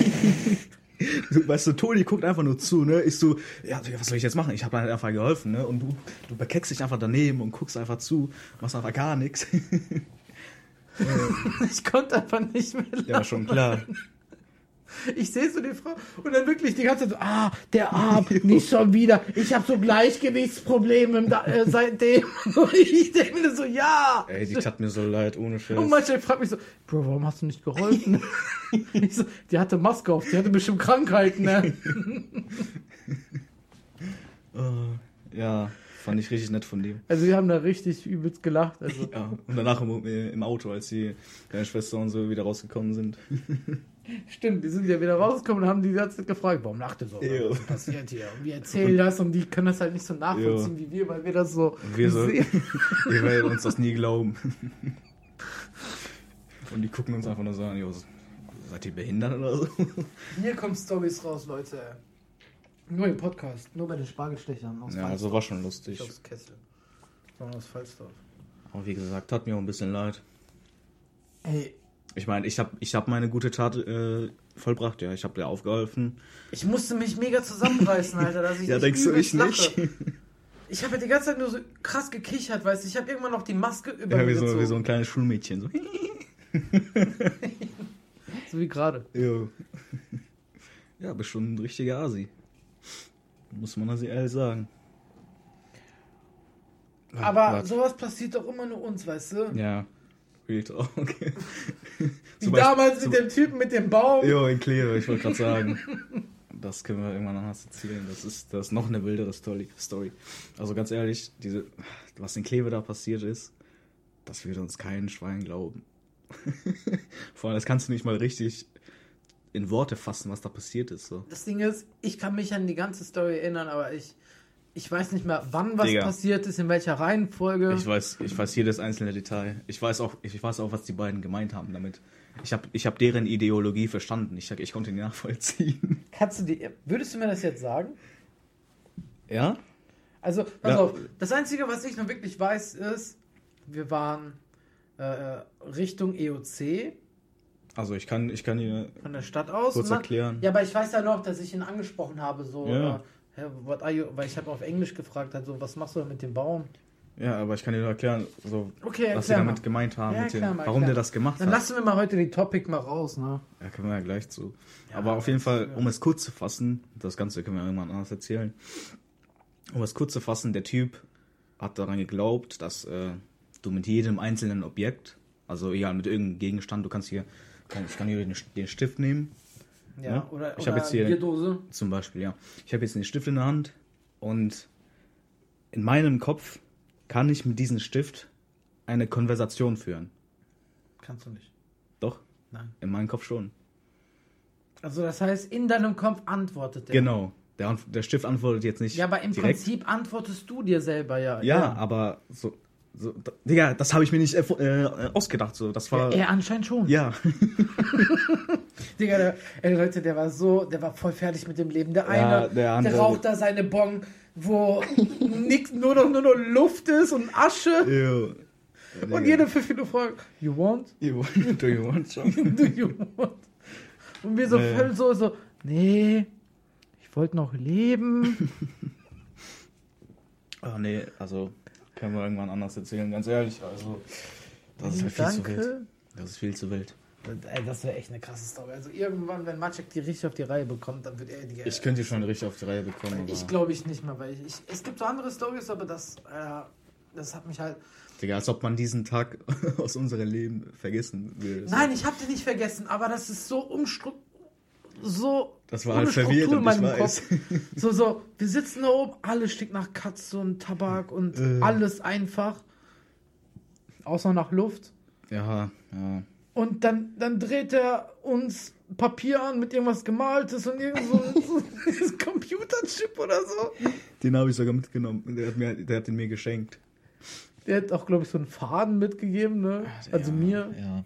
Du- Weißt du, Toni guckt einfach nur zu, ne? Ich so, ja, was soll ich jetzt machen? Ich habe halt einfach geholfen, ne? Und du, du bekeckst dich einfach daneben und guckst einfach zu, machst einfach gar nichts. ich konnte einfach nicht mehr lachen. Ja, schon klar. Ich sehe so die Frau und dann wirklich die ganze Zeit so, ah, der Arm, nicht schon wieder. Ich habe so Gleichgewichtsprobleme im Da- äh, seitdem. Und ich denke mir so, ja. Ey, die tat mir so leid, ohne Scheiß. Und manchmal fragt mich so, Bro, warum hast du nicht geholfen? Ich so, die hatte Maske auf, die hatte bestimmt Krankheiten, ne? Äh, ja, fand ich richtig nett von dir. Also wir haben da richtig übelst gelacht. Also. Ja, und danach im, im Auto, als die deine Schwester und so wieder rausgekommen sind. Stimmt, die sind ja wieder rausgekommen und haben die ganze Zeit gefragt, warum lacht ihr so? Jo. Was passiert hier? Und wir erzählen das und die können das halt nicht so nachvollziehen wie wir, weil wir das so Und wir so, sehen. ihr werdet uns das nie glauben. Und die gucken uns einfach nur so an, jo, seid ihr behindert oder so? Hier kommen Storys raus, Leute. Nur im Podcast, nur bei den Spargelstechern aus Ja, also war schon lustig. Nicht aus Kessel, sondern aus Falsdorf. Aber wie gesagt, tat mir auch ein bisschen leid. Ey, Ich meine, ich habe ich hab meine gute Tat äh, vollbracht, ja. Ich habe dir aufgeholfen. ich musste mich mega zusammenreißen, Alter, dass ich Ja, nicht denkst du, übelst ich nicht? lache. Ich habe ja die ganze Zeit nur so krass gekichert, weißt du. Ich habe irgendwann noch die Maske über Ja, mir wie so, gezogen. wie so ein kleines Schulmädchen. So. So wie gerade. Jo. Ja, bist schon ein richtiger Asi. Muss man also ehrlich sagen. Aber Warte. sowas passiert doch immer nur uns, weißt du? Ja. Real Talk. Okay. Wie Zum damals Beispiel- mit dem Typen mit dem Baum. Jo, in Kleve, ich wollte gerade sagen. Das können wir irgendwann anders erzählen. Das ist, das ist noch eine wildere Story. Story. Also ganz ehrlich, diese, was in Kleve da passiert ist, das würde uns kein Schwein glauben. Vor allem, das kannst du nicht mal richtig in Worte fassen, was da passiert ist. So. Das Ding ist, ich kann mich an die ganze Story erinnern, aber ich, ich weiß nicht mehr, wann was Digga. passiert ist, in welcher Reihenfolge. Ich weiß, ich weiß jedes einzelne Detail. Ich weiß auch, ich weiß auch, was die beiden gemeint haben damit. Ich habe ich hab deren Ideologie verstanden. Ich, ich konnte die nachvollziehen. Kannst du die, würdest du mir das jetzt sagen? Ja? Also, pass Ja. auf, das Einzige, was ich noch wirklich weiß, ist, wir waren äh, Richtung E O C Also ich kann, ich kann dir von der Stadt aus. kurz und dann- erklären. Ja, aber ich weiß ja noch, dass ich ihn angesprochen habe, so, Ja. äh, hey, what are you, weil ich habe auf Englisch gefragt, also, was machst du da mit dem Baum? Ja, aber ich kann dir nur erklären, so, Okay, was sie erklär damit mal. gemeint haben, Ja, mit dem, erklär mal, warum erklär der mal. das gemacht Dann hat. lassen wir mal heute die Topic mal raus, ne? Ja, können wir ja gleich zu. Ja, aber auf jeden das- Fall, ja. um es kurz zu fassen, das Ganze können wir irgendwann anders erzählen. Um es kurz zu fassen, der Typ hat daran geglaubt, dass äh, du mit jedem einzelnen Objekt, also egal mit irgendeinem Gegenstand, du kannst hier, kann, ich kann hier den, den Stift nehmen, Ja, Ja. oder, Ich oder hab jetzt hier- Bierdose. zum Beispiel, ja. Ich habe jetzt den Stift in der Hand und in meinem Kopf kann ich mit diesem Stift eine Konversation führen. Kannst du nicht. Doch, Nein. in meinem Kopf schon. Also das heißt, in deinem Kopf antwortet der. Genau. Der, Antw- der Stift antwortet jetzt nicht Ja, aber im direkt. Prinzip antwortest du dir selber, ja. Ja, aber so, so da, Digga, das habe ich mir nicht erfu- äh, ausgedacht. So, das war. Ja, er anscheinend schon. Ja. Digga, der, ey, Leute, der war so, der war voll fertig mit dem Leben. Der eine, Ja, der der, andere- raucht da seine Bong, wo nix, nur noch, nur noch Luft ist und Asche. Ew. Und jede fünf Minuten fragt, you want? You, do you want some? Do you want? Und wir so Nee. voll so, so, nee, ich wollte noch leben. Oh nee, also können wir irgendwann anders erzählen, ganz ehrlich. Also, das ist halt viel zu wild. Danke. Das ist viel zu wild. Ey, das wäre echt eine krasse Story. Also irgendwann, wenn Maciek die richtig auf die Reihe bekommt, dann wird er die... Ich könnte die schon richtig auf die Reihe bekommen. Aber, Ich glaube ich nicht mal, weil ich, ich... Es gibt so andere Stories, aber das... Äh, das hat mich halt... Digga, als ob man diesen Tag aus unserem Leben vergessen will. Nein, ich habe den nicht vergessen, aber das ist so umstrukturiert... So... Das war ohne halt Struktur verwirrend, in meinem ich weiß. Kopf. So, so, wir sitzen da oben, alles stinkt nach Katze und Tabak und Äh. alles einfach. Außer nach Luft. Ja, ja. Und dann, dann dreht er uns Papier an mit irgendwas Gemaltes und irgend so, so dieses Computerchip oder so. Den habe ich sogar mitgenommen. Der hat, mir, der hat den mir geschenkt. Der hat auch, glaube ich, so einen Faden mitgegeben, ne? Also ja, mir. Ja.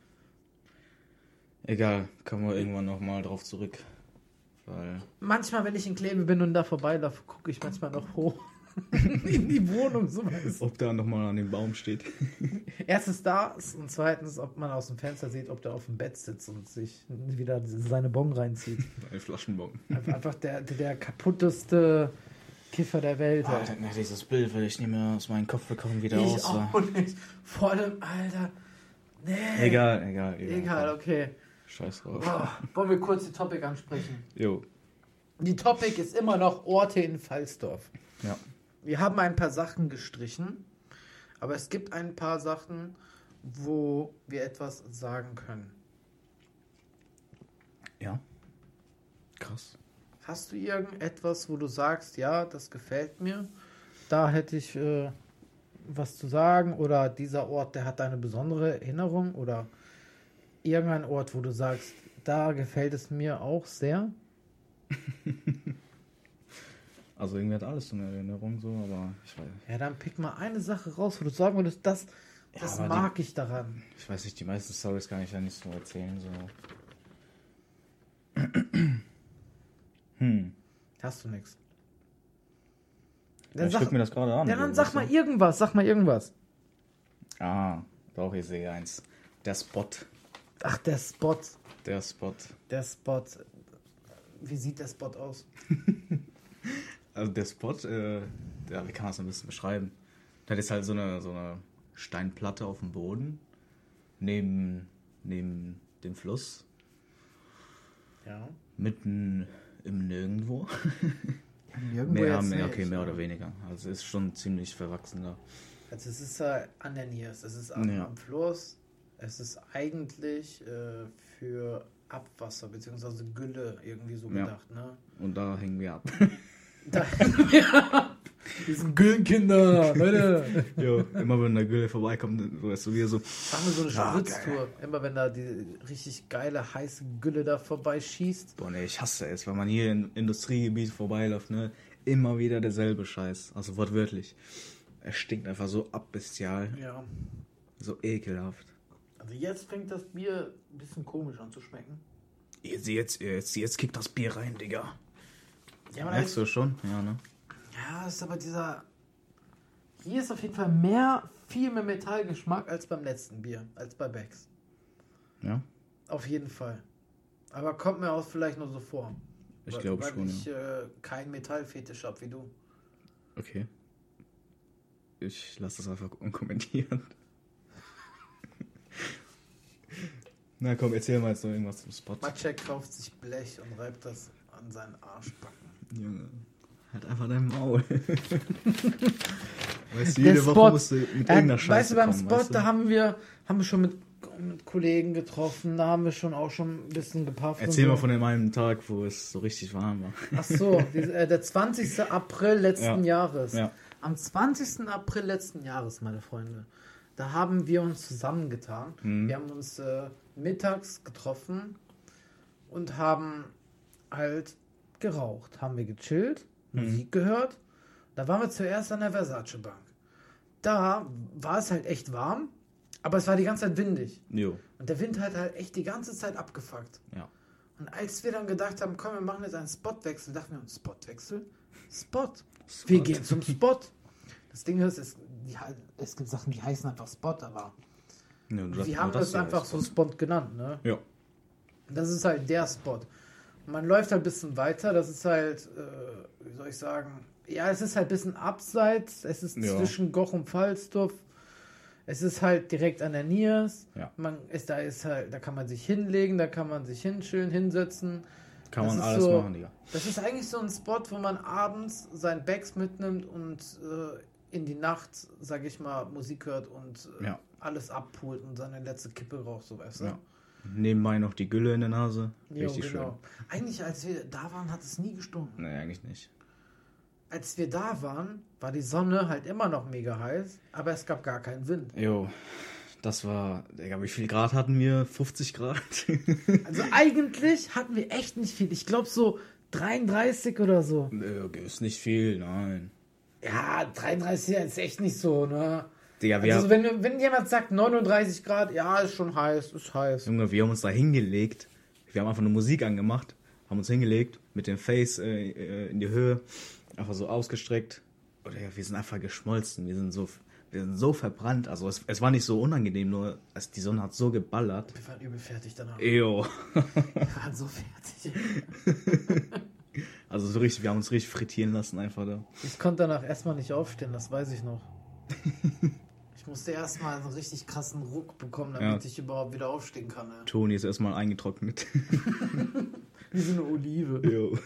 Egal, kommen wir irgendwann nochmal drauf zurück. Weil. Manchmal, wenn ich in Kleve bin und da vorbeilaufe, gucke ich manchmal noch hoch. In die Wohnung, so was. Ob der nochmal an dem Baum steht. Erstens das und zweitens, ob man aus dem Fenster sieht, ob der auf dem Bett sitzt und sich wieder seine Bon reinzieht. Ein Flaschenbaum. Einfach, einfach der, der, der kaputteste Kiffer der Welt. Ah, dieses Bild will ich nicht mehr aus meinem Kopf bekommen, wie der Ich aussah. auch nicht. Vor allem, Alter. Nee. Egal, egal, egal. Egal, okay. Scheiß drauf. Oh, wollen wir kurz die Topic ansprechen? Jo. Die Topic ist immer noch Orte in Pfalzdorf. Ja. Wir haben ein paar Sachen gestrichen, aber es gibt ein paar Sachen, wo wir etwas sagen können. Ja. Krass. Hast du irgendetwas, wo du sagst, ja, das gefällt mir? Da hätte ich äh, was zu sagen, oder dieser Ort, der hat eine besondere Erinnerung, oder irgendein Ort, wo du sagst, da gefällt es mir auch sehr? Also irgendwie hat alles so eine Erinnerung so, aber ich weiß, Ja, dann pick mal eine Sache raus, wo du sagen würdest, das, das aber mag ich daran. ich weiß nicht, die meisten Storys kann ich ja nicht so erzählen. So. Hm. Hast du nichts. Ja, Dann ich sag, guck mir das gerade an. ja, dann so, sag weißt mal du? irgendwas, sag mal irgendwas. Ah, doch, ich sehe eins. Der Spot. Ach, der Spot, Der Spot. der Spot. Wie sieht der Spot aus? Also der Spot, äh, ja, wie kann man das ein bisschen beschreiben? Da ist halt so eine, so eine Steinplatte auf dem Boden. Neben neben dem Fluss. Ja. Mitten im Nirgendwo. Nirgendwo mehr, jetzt mehr, nicht, okay, mehr ja. oder weniger. Also es ist schon ziemlich verwachsen da. Also es ist äh, an der Niers, es ist am, Ja. am Fluss, es ist eigentlich äh, für Abwasser bzw. Gülle irgendwie so Ja. gedacht, ne? Und da hängen wir ab. Da, ja, wir sind Güllenkinder, Leute. Jo, immer wenn der Gülle vorbeikommt, so ist so wieder so. Machen wir so eine Ah, Spritztour. Immer wenn da die richtig geile, heiße Gülle da vorbeischießt. Boah, nee, ich hasse es, wenn man hier im Industriegebiet vorbeiläuft, ne? Immer wieder derselbe Scheiß. Also wortwörtlich. Es stinkt einfach so abbestial. Ja. So ekelhaft. Also jetzt fängt das Bier ein bisschen komisch an zu schmecken. Jetzt, jetzt, jetzt, jetzt kickt das Bier rein, Digga. Ja, man Merkst du schon? Ja, ne? Ja, ist aber dieser. Hier ist auf jeden Fall mehr, viel mehr Metallgeschmack als beim letzten Bier, als bei Becks. Ja? Auf jeden Fall. Aber kommt mir auch vielleicht nur so vor. Ich Weil- glaube weil schon, ich ja. äh, keinen Metallfetisch habe wie du. Okay. Ich lasse das einfach unkommentiert. Na komm, erzähl mal jetzt noch irgendwas zum Spot. Maciek kauft sich Blech und reibt das an seinen Arschbacken. Junge, halt einfach dein Maul. Weißt du, Der jede Spot. Woche musst du mit Äh, irgendeiner Scheiße weißt du, beim kommen, Spot, weißt du? da haben wir, haben wir schon mit, mit Kollegen getroffen, da haben wir schon auch schon ein bisschen gepafft. Erzähl und mal so. von dem einen Tag, wo es so richtig warm war. Ach so, diese, äh, der zwanzigsten April letzten Ja. Jahres. Ja. Am zwanzigsten April letzten Jahres, meine Freunde, da haben wir uns zusammengetan. Mhm. Wir haben uns äh, mittags getroffen und haben halt geraucht. Haben wir gechillt, Mhm. Musik gehört. Da waren wir zuerst an der Versace Bank. Da war es halt echt warm, aber es war die ganze Zeit windig. Jo, Und der Wind hat halt echt die ganze Zeit abgefuckt. ja. Und als wir dann gedacht haben, komm, wir machen jetzt einen Spotwechsel, dachten wir uns, Spotwechsel? Spot. Wir gehen zum Spot. Das Ding ist, es, die, es gibt Sachen, die heißen einfach Spot, aber Ja, du wir darfst haben nur das hier einfach als so Spot. Spot genannt, ne? Ja. Das ist halt der Spot. Und man läuft halt ein bisschen weiter, das ist halt, äh, wie soll ich sagen, ja, es ist halt ein bisschen abseits, es ist Ja. zwischen Goch und Falsdorf. Es ist halt direkt an der Niers. Ja. Man ist, da ist halt, da kann man sich hinlegen, da kann man sich hinchillen, hinsetzen. Kann Das man ist alles so- machen, Digga. Das ist eigentlich so ein Spot, wo man abends sein Bags mitnimmt und äh, in die Nacht, sag ich mal, Musik hört und äh, Ja. alles abholt und seine letzte Kippe raucht, so weißt du? Ja. Nebenbei noch die Gülle in der Nase. Jo, Richtig genau. Eigentlich, als wir da waren, hat es nie gestunken. schön. Nee, eigentlich nicht. Als wir da waren, war die Sonne halt immer noch mega heiß, aber es gab gar keinen Wind. Jo, das war, Digga, wie viel Grad hatten wir? fünfzig Grad? Also eigentlich hatten wir echt nicht viel. Ich glaube so dreiunddreißig oder so. Nee, ist nicht viel, nein. Ja, dreiunddreißig ist echt nicht so, ne? Digga, wir, Also wenn, wenn jemand sagt neununddreißig Grad, ja, ist schon heiß, ist heiß. Junge, wir haben uns da hingelegt. Wir haben einfach eine Musik angemacht, haben uns hingelegt, mit dem Face äh, äh, in die Höhe, einfach so ausgestreckt. Und Digga, wir sind einfach geschmolzen. Wir sind so, wir sind so verbrannt. Also es, es war nicht so unangenehm, nur es, die Sonne hat so geballert. Wir waren übel fertig danach. Ejo. Wir waren so fertig. Also so richtig, wir haben uns richtig frittieren lassen einfach da. Ich konnte danach erstmal nicht aufstehen, das weiß ich noch. Ich musste erstmal einen richtig krassen Ruck bekommen, damit Ja. ich überhaupt wieder aufstehen kann. Ne? Toni ist erstmal eingetrocknet. Wie so eine Olive. Jo.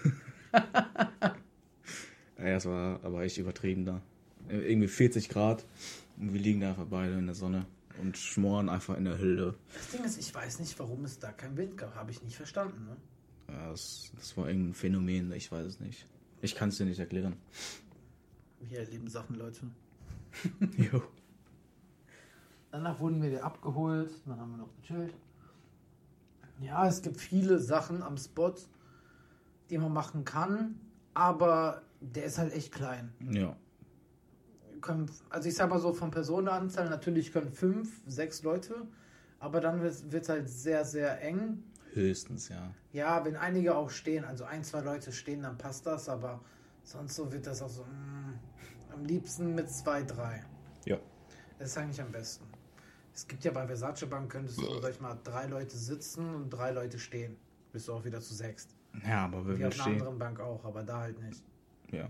Ja, es war aber echt übertrieben da. Irgendwie vierzig Grad und wir liegen da einfach beide in der Sonne und schmoren einfach in der Hülle. Das Ding ist, ich weiß nicht, warum es da keinen Wind gab. Habe ich nicht verstanden. Ne? Ja, das, das war irgendein Phänomen, ich weiß es nicht. Ich kann es dir nicht erklären. Wir erleben Sachen, Leute. Jo. Danach wurden wir wieder abgeholt, dann haben wir noch gechillt. Ja, es gibt viele Sachen am Spot, die man machen kann, aber der ist halt echt klein. Ja. Können, also ich sag mal so, von Personenanzahl natürlich können fünf, sechs Leute, aber dann wird es halt sehr, sehr eng. Höchstens, ja. Ja, wenn einige auch stehen, also ein, zwei Leute stehen, dann passt das, aber sonst so wird das auch so, mm, am liebsten mit zwei, drei. Ja. Das ist eigentlich am besten. Es gibt ja bei Versace Bank, könntest du, sag ich mal, drei Leute sitzen und drei Leute stehen. Bist du auch wieder zu sechst. Ja, aber wenn Wie wir auf einer stehen. anderen Bank auch, aber da halt nicht. Ja.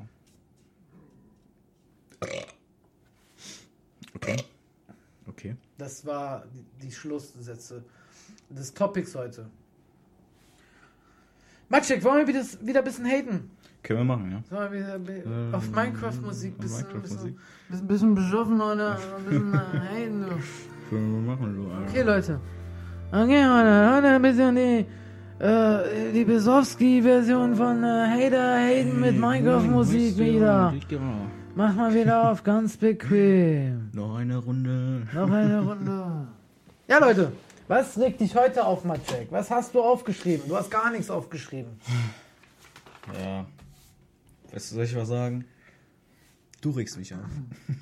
Okay. Okay. Das war die, die Schlusssätze. des Topics heute. Maciek, wollen wir wieder, wieder ein bisschen haten? Können wir machen, ja. Sollen wir wieder be- Ähm, auf Minecraft-Musik ein bisschen, Minecraft-Musik. bisschen, bisschen besoffen oder ein bisschen äh, haten? Du. Können wir machen, du. Alter. Okay, Leute. Okay, heute, heute ein bisschen die, äh, die Besowski-Version von äh, Hater Haten mit Minecraft-Musik wieder. Mach mal wieder auf ganz bequem. Noch eine Runde. Noch eine Runde. Ja, Leute, was regt dich heute auf, Maciek? Was hast du aufgeschrieben? Du hast gar nichts aufgeschrieben. Ja. Weißt du, soll ich was sagen? Du regst mich auf.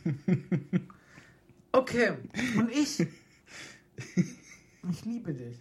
Okay, und ich? Ich liebe dich.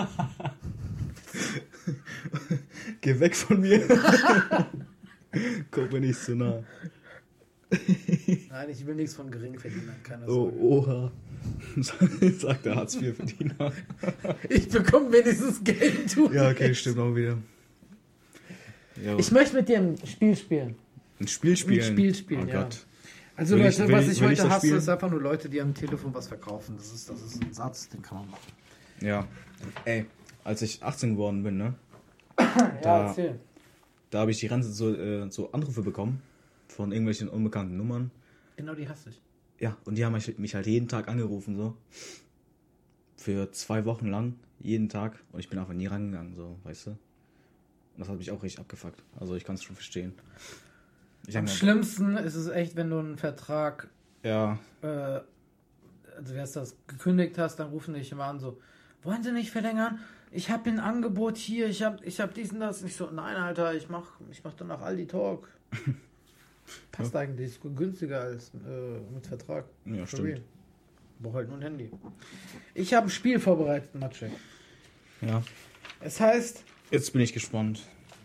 Geh weg von mir. Guck mir nicht zu nah. Nein, ich will nichts von Geringverdienern, keine Oh, Sorge. oha. Sagt der Hartz vier Verdiener. Ich bekomme wenigstens Geld, du. Ja, okay, stimmt auch wieder. Jo. Ich möchte mit dir ein Spiel spielen. Ein Spiel spielen? Ein Spiel spielen, oh ja. Gott. Also Will Leute, ich- will was ich- ich will ich heute das hasse, spielen? ist einfach nur Leute, die am Telefon was verkaufen. Das ist, das ist ein Satz, den kann man machen. Ja. Ey, als ich achtzehn geworden bin, ne? Ja, Da- erzähl. Da habe ich die ganze Zeit so, äh, so Anrufe bekommen. Von irgendwelchen unbekannten Nummern. Genau, die hasse ich. Ja, und die haben mich, mich halt jeden Tag angerufen, so. Für zwei Wochen lang, jeden Tag. Und ich bin einfach nie rangegangen, so, weißt du? Und das hat mich auch richtig abgefuckt. Also ich kann es schon verstehen. Ich Am hab mir- schlimmsten ist es echt, wenn du einen Vertrag, Ja, äh, also wer ist das, gekündigt hast, dann rufen dich immer an so, wollen Sie nicht verlängern? Ich habe ein Angebot hier, ich habe ich hab dies und das. Ich so, nein, Alter, ich mach, ich mach danach Aldi Talk. Passt eigentlich, ist günstiger als äh, mit Vertrag. ja, For stimmt. real. Brauch halt nur ein Handy. Ich habe ein Spiel vorbereitet, Maciek. Ja. Es heißt, Jetzt bin ich gespannt.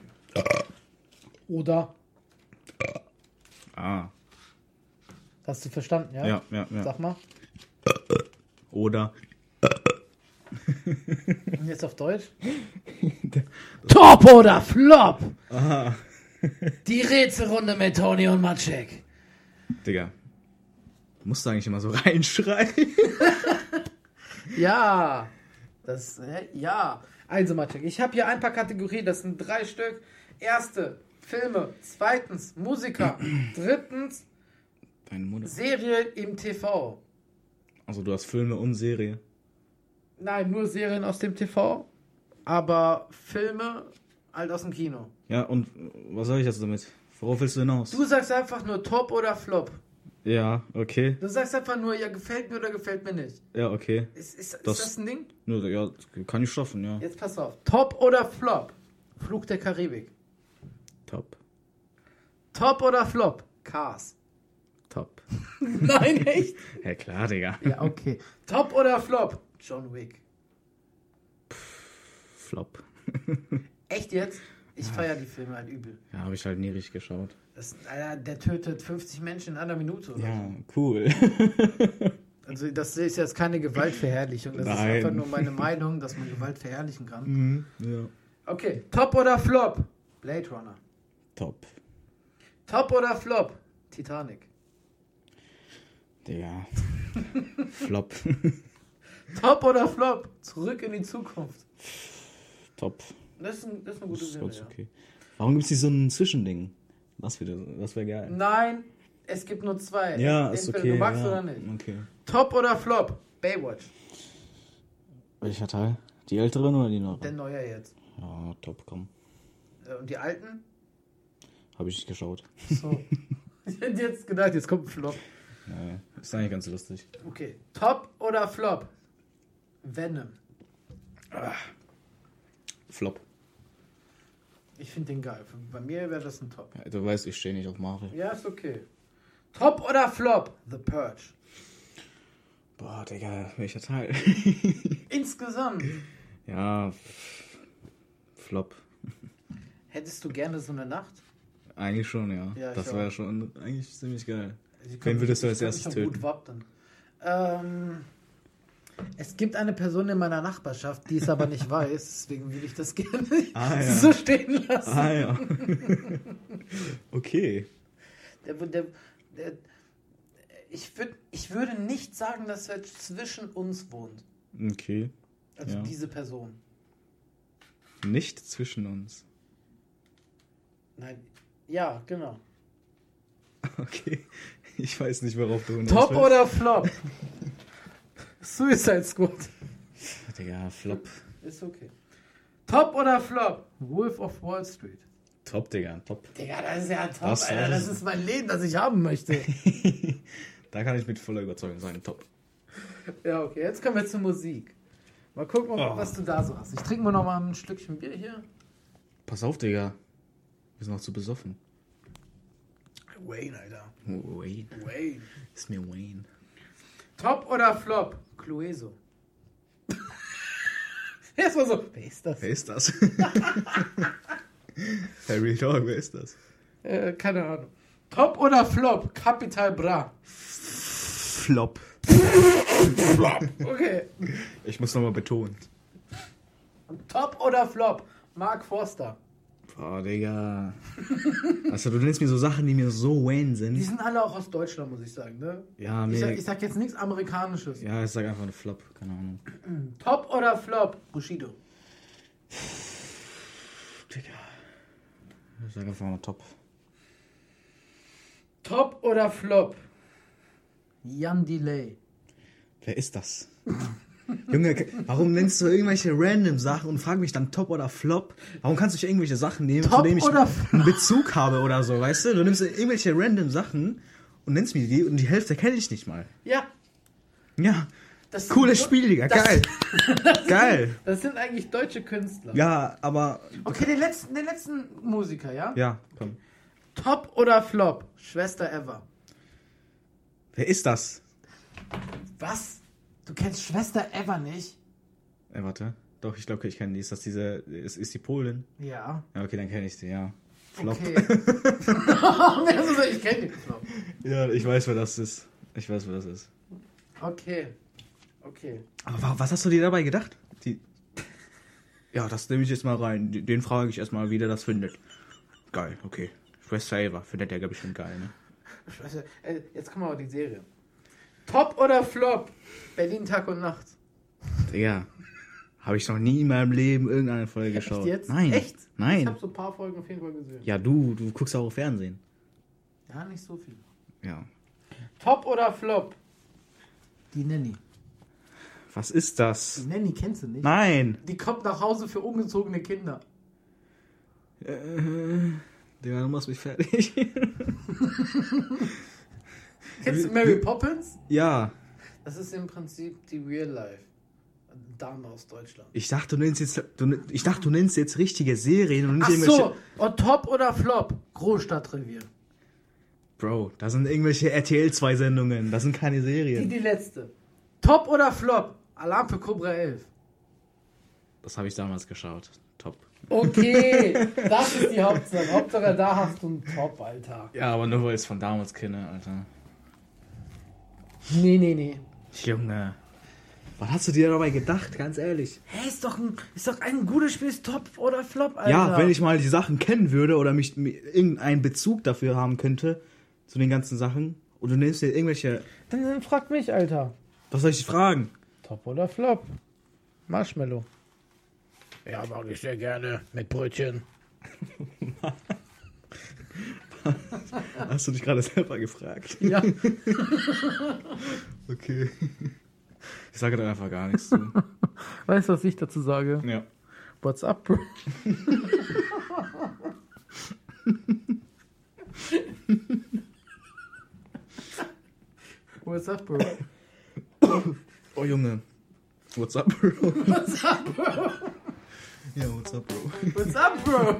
oder, Ah, hast du verstanden, ja? ja, ja, ja. Sag mal. Oder. Und jetzt auf Deutsch. Top oder Flop? Aha. Die Rätselrunde mit Toni und Maciek. Digga. Musst du eigentlich immer so reinschreien? Ja. Das, hä? ja. Also Maciek, ich habe hier ein paar Kategorien, das sind drei Stück. Erste, Filme. Zweitens, Musiker. Drittens, Deine Mutter. Serie im T V. Also du hast Filme und Serie. Nein, nur Serien aus dem T V, aber Filme halt aus dem Kino. Ja, und was soll ich jetzt damit? Worauf willst du hinaus? Du sagst einfach nur Top oder Flop. Ja, okay. Du sagst einfach nur, ja, gefällt mir oder gefällt mir nicht. Ja, okay. Ist, ist, ist Das- das ein Ding? Nur, ja, kann ich schaffen, ja. Jetzt pass auf. Top oder Flop? Flug der Karibik. Top. Top oder Flop? Cars. Top. Nein, echt? Ja, klar, Digga. Ja, okay. Top oder Flop? John Wick. Flop. Echt jetzt? Ich feiere die Filme halt übel. Ja, habe ich halt nie richtig geschaut. Das, Alter, der tötet fünfzig Menschen in einer Minute. Oder Ja, cool. so. Also das ist jetzt keine Gewaltverherrlichung. Das ist Nein. einfach nur meine Meinung, dass man Gewalt verherrlichen kann. Mhm, ja. Okay. Top oder Flop? Blade Runner. Top. Top oder Flop? Titanic. Digga. Flop. Top oder Flop? Zurück in die Zukunft. Top. Das ist, ein, das ist eine Das gute ist Serie. ganz Ja. okay. Warum gibt es nicht so ein Zwischending? Das, wieder, das wäre geil. Nein, es gibt nur zwei. Ja, Entweder ist okay. du magst ja. oder nicht. Okay. Top oder Flop? Baywatch. Welcher Teil? Die älteren oder die Der neueren? neue jetzt. Ja, top, komm. Äh, Und die alten? Habe ich nicht geschaut. So. Ich hätte jetzt gedacht, jetzt kommt ein Flop. Ja, ist eigentlich ganz lustig. Okay. Top oder Flop? Venom. Flop. Ich finde den geil. Bei mir wäre das ein Top. Ja, du weißt, ich stehe nicht auf Marvel. Ja, ist okay. Top oder Flop? The Purge. Boah, Digga, welcher Teil? Insgesamt. Ja, f- Flop. Hättest du gerne so eine Nacht? Eigentlich schon, ja. Ja, ich das auch. wäre schon eigentlich ziemlich geil. Sie Wen können würdest du mich- als ich kann erstes mich schon töten? Gut wappnen. Ähm, es gibt eine Person in meiner Nachbarschaft, die es aber nicht weiß, deswegen will ich das gerne Ah, ja. so stehen lassen. Ah ja. Okay. Der, der, der, ich, würd, ich würde nicht sagen, dass er zwischen uns wohnt. Okay. Also Ja. diese Person. Nicht zwischen uns. Nein. Ja, genau. Okay. Ich weiß nicht, worauf du hinaus Top willst. oder Flop? Suicide Squad. Digga, Flop. Ist okay. Top oder Flop? Wolf of Wall Street. Top, Digga, top. Digga, das ist ja top, Das- Alter. Das ist mein Leben, das ich haben möchte. Da kann ich mit voller Überzeugung sagen, top. Ja, okay. Jetzt kommen wir zur Musik. Mal gucken, ob- Oh. was du da so hast. Ich trinke mir noch mal ein Stückchen Bier hier. Pass auf, Digga. Wir sind noch zu besoffen. Wayne, Alter. Wayne. Wayne. Ist mir Wayne. Top oder Flop? Clueso. Erstmal so. Wer ist das? Wer ist das? Harry Dog, wer ist das? Äh, keine Ahnung. Top oder Flop? Capital Bra. Flop. Okay. Ich muss nochmal betonen. Top oder Flop? Mark Forster. Boah, Digga. Also, du nennst mir so Sachen, die mir so Wayne Die sind. sind alle auch aus Deutschland, muss ich sagen, ne? Ja, Ich sag, mir. ich sag jetzt nichts Amerikanisches. Ja, ich sag einfach eine Flop. Keine Ahnung. Top oder Flop? Bushido. Digga. Ich sag einfach mal top. Top oder Flop? Jan Delay. Wer ist das? Junge, warum nennst du irgendwelche random Sachen und frag mich dann Top oder Flop? Warum kannst du nicht irgendwelche Sachen nehmen, Top zu denen ich oder einen Bezug habe oder so, weißt du? Du nimmst irgendwelche random Sachen und nennst mir die und die Hälfte kenne ich nicht mal. Ja. Ja, Das cooles sind- Spiel, Digga, das- geil. Geil. Das sind eigentlich deutsche Künstler. Ja, aber... Okay, den letzten, den letzten Musiker, ja? Ja, komm. Top oder Flop? Schwester Eva. Wer ist das? Was? Du kennst Schwester Eva nicht? Äh, warte. Doch, ich glaube, ich kenne die. Ist das diese... Ist, ist die Polin? Ja. Ja, okay, dann kenne ich sie, ja. Flop. Okay. Also, ich kenne den Flop. Ja, ich weiß, wer das ist. Ich weiß, wer das ist. Okay. Okay. Aber wa- was hast du dir dabei gedacht? Die... Ja, das nehme ich jetzt mal rein. Den frage ich erstmal, wie der das findet. Geil, okay. Schwester Eva findet der, glaube ich, schon geil, ne? Schwester, äh, jetzt kommen wir auf die Serie. Top oder Flop? Berlin Tag und Nacht. Digga, habe ich noch nie in meinem Leben irgendeine Folge geschaut. Echt jetzt? Nein. Echt? Ich Nein. habe so ein paar Folgen auf jeden Fall gesehen. Ja, du, du guckst auch Fernsehen. Ja, nicht so viel. Ja. Top oder Flop? Die Nanny. Was ist das? Die Nanny kennst du nicht? Nein. Die kommt nach Hause für ungezogene Kinder. Äh, Digga, du machst mich fertig. Kennst du Mary Poppins? Ja. Das ist im Prinzip die Real Life Dame aus Deutschland. Ich dachte, du nennst jetzt, du, ich dachte, du nennst jetzt richtige Serien und nicht Ach irgendwelche... so, und Top oder Flop? Großstadtrevier. Bro, das sind irgendwelche R T L zwei Sendungen. Das sind keine Die, Serien. die letzte. Top oder Flop? Alarm für Cobra elf. Das habe ich damals geschaut. Top. Okay, das ist die Hauptsache. Hauptsache, da hast du einen Top, Alter. Ja, aber nur weil ich es von damals kenne, Alter. Nee, nee, nee. Junge. Was hast du dir dabei gedacht, ganz ehrlich? Hä, ist doch ein, ist doch ein gutes Spiel, ist Top oder Flop, Alter. Ja, wenn ich mal die Sachen kennen würde oder mich mi- irgendeinen Bezug dafür haben könnte, zu den ganzen Sachen, und du nimmst dir irgendwelche... Dann, dann frag mich, Alter. Was soll ich fragen? Top oder Flop? Marshmallow. Ja, mag ich sehr gerne. Mit Brötchen. Hast du dich gerade selber gefragt? Ja. Okay. Ich sage dann einfach gar nichts zu. Weißt du, was ich dazu sage? Ja. What's up, bro? What's up, bro? Oh, Junge. What's up, bro? What's up, bro? Ja, what's up, bro? What's up, bro?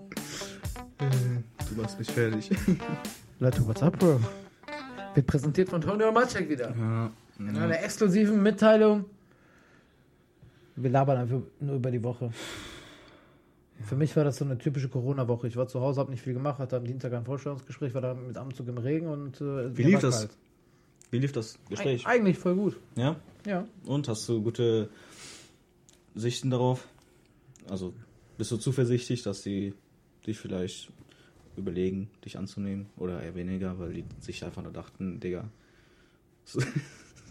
Du machst mich fertig. Leute, what's up, bro? Wird präsentiert von Tony Macek wieder. Ja. In einer exklusiven Mitteilung. Wir labern einfach nur über die Woche. Für mich war das so eine typische Corona-Woche. Ich war zu Hause, habe nicht viel gemacht, hatte am Dienstag ein Vorstellungsgespräch, war da mit Amzug im Regen und äh, Wie mir lief war das? kalt. Wie lief das Gespräch? Eig eigentlich voll gut. Ja? Ja. Und hast du gute Sichten darauf? Also bist du zuversichtlich, dass die dich vielleicht überlegen, dich anzunehmen? Oder eher weniger, weil die sich einfach nur dachten, Digga,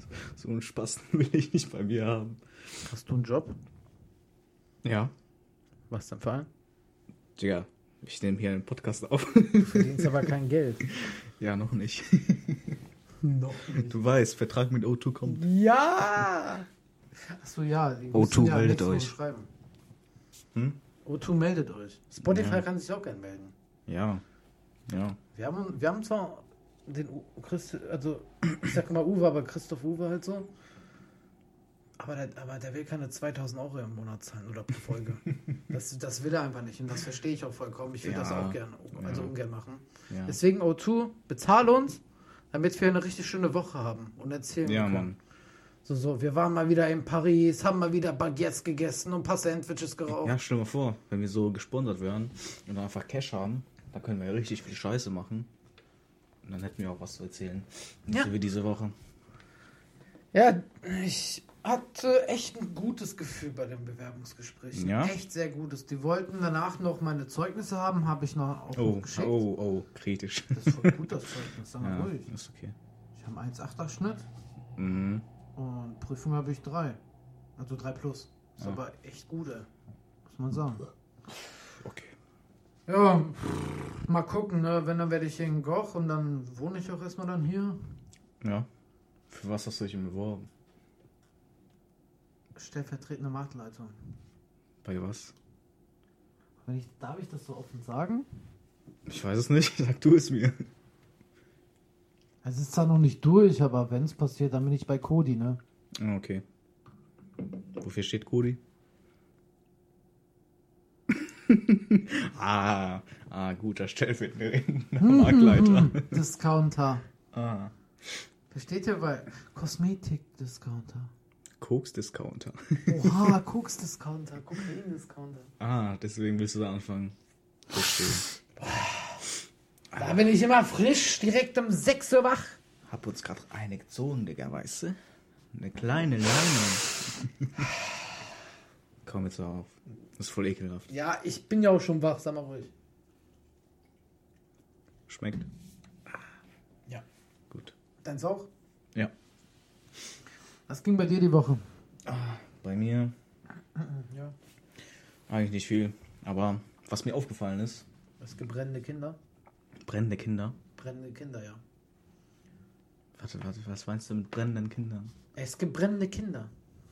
So einen Spaß will ich nicht bei mir haben. Hast du einen Job? Ja. Was denn für einen? Digga, ich nehme hier einen Podcast auf. Du verdienst aber kein Geld. Ja, noch nicht. Noch nicht. Du weißt, Vertrag mit O zwei kommt. Ja! Achso, ja. die O zwei müssen ja meldet nächste Woche euch. Schreiben. Hm? O zwei meldet euch. Spotify Ja. kann sich auch gerne melden. Ja. Ja. Wir haben, wir haben zwar den U Christ, also ich sag mal Uwe, aber Christoph Uwe halt so. Aber der, aber der will keine zweitausend Euro im Monat zahlen oder pro Folge. das, das will er einfach nicht und das verstehe ich auch vollkommen. Ich würde Ja. das auch gerne, also Ja. ungern machen. Ja, Deswegen O zwei, bezahl uns, damit wir eine richtig schöne Woche haben und erzählen ja können. Mann. So, so, wir waren mal wieder in Paris, haben mal wieder Baguettes gegessen und ein paar Sandwiches geraucht. Ja, stell dir mal vor, wenn wir so gesponsert werden und dann einfach Cash haben, dann können wir ja richtig viel Scheiße machen. Und dann hätten wir auch was zu erzählen. Nicht Ja. so wie diese Woche. Ja, ich hatte echt ein gutes Gefühl bei den Bewerbungsgesprächen. Ja? Echt sehr gutes. Die wollten danach noch meine Zeugnisse haben, habe ich noch auch Oh, noch geschickt. oh, oh, kritisch. Das ist voll gut, das Zeugnis, sag mal Ja, ruhig. ist okay. Ich habe einen eins Komma achter Schnitt Mhm. und Prüfung habe ich drei. Also drei plus. Ist Ja. aber echt gut, ey. Muss man sagen. Okay. Ja, pff, mal gucken, ne? Wenn, dann werde ich hier in Goch und dann wohne ich auch erstmal dann hier. Ja. Für was hast du dich denn beworben? Stellvertretende Marktleitung. Bei was? Wenn ich, darf ich das so offen sagen? Ich weiß es nicht. Sag du es mir. Es ist zwar noch nicht durch, aber wenn es passiert, dann bin ich bei Cody, ne? Ah, okay. Wofür steht Cody? ah, ah, guter stellvertretender Marktleiter. Discounter. ah, Versteht ihr bei Kosmetik-Discounter? Koks-Discounter. Oha, Koks-Discounter, Kokain-Discounter. Ah, deswegen willst du da anfangen. Verstehe. Da bin ich immer frisch, direkt um sechs Uhr wach. Hab uns gerade eine gezogen, Digga, weißt du? Eine kleine Leine. Komm jetzt auf. Das ist voll ekelhaft. Ja, ich bin ja auch schon wach, sag mal ruhig. Schmeckt? Ja. Gut. Deins auch? Ja. Was ging bei dir die Woche? Bei mir Ja. eigentlich nicht viel. Aber was mir aufgefallen ist, Es gibt brennende Kinder. brennende Kinder. Brennende Kinder, ja. Warte, warte, was meinst du mit brennenden Kindern? Es gibt brennende Kinder.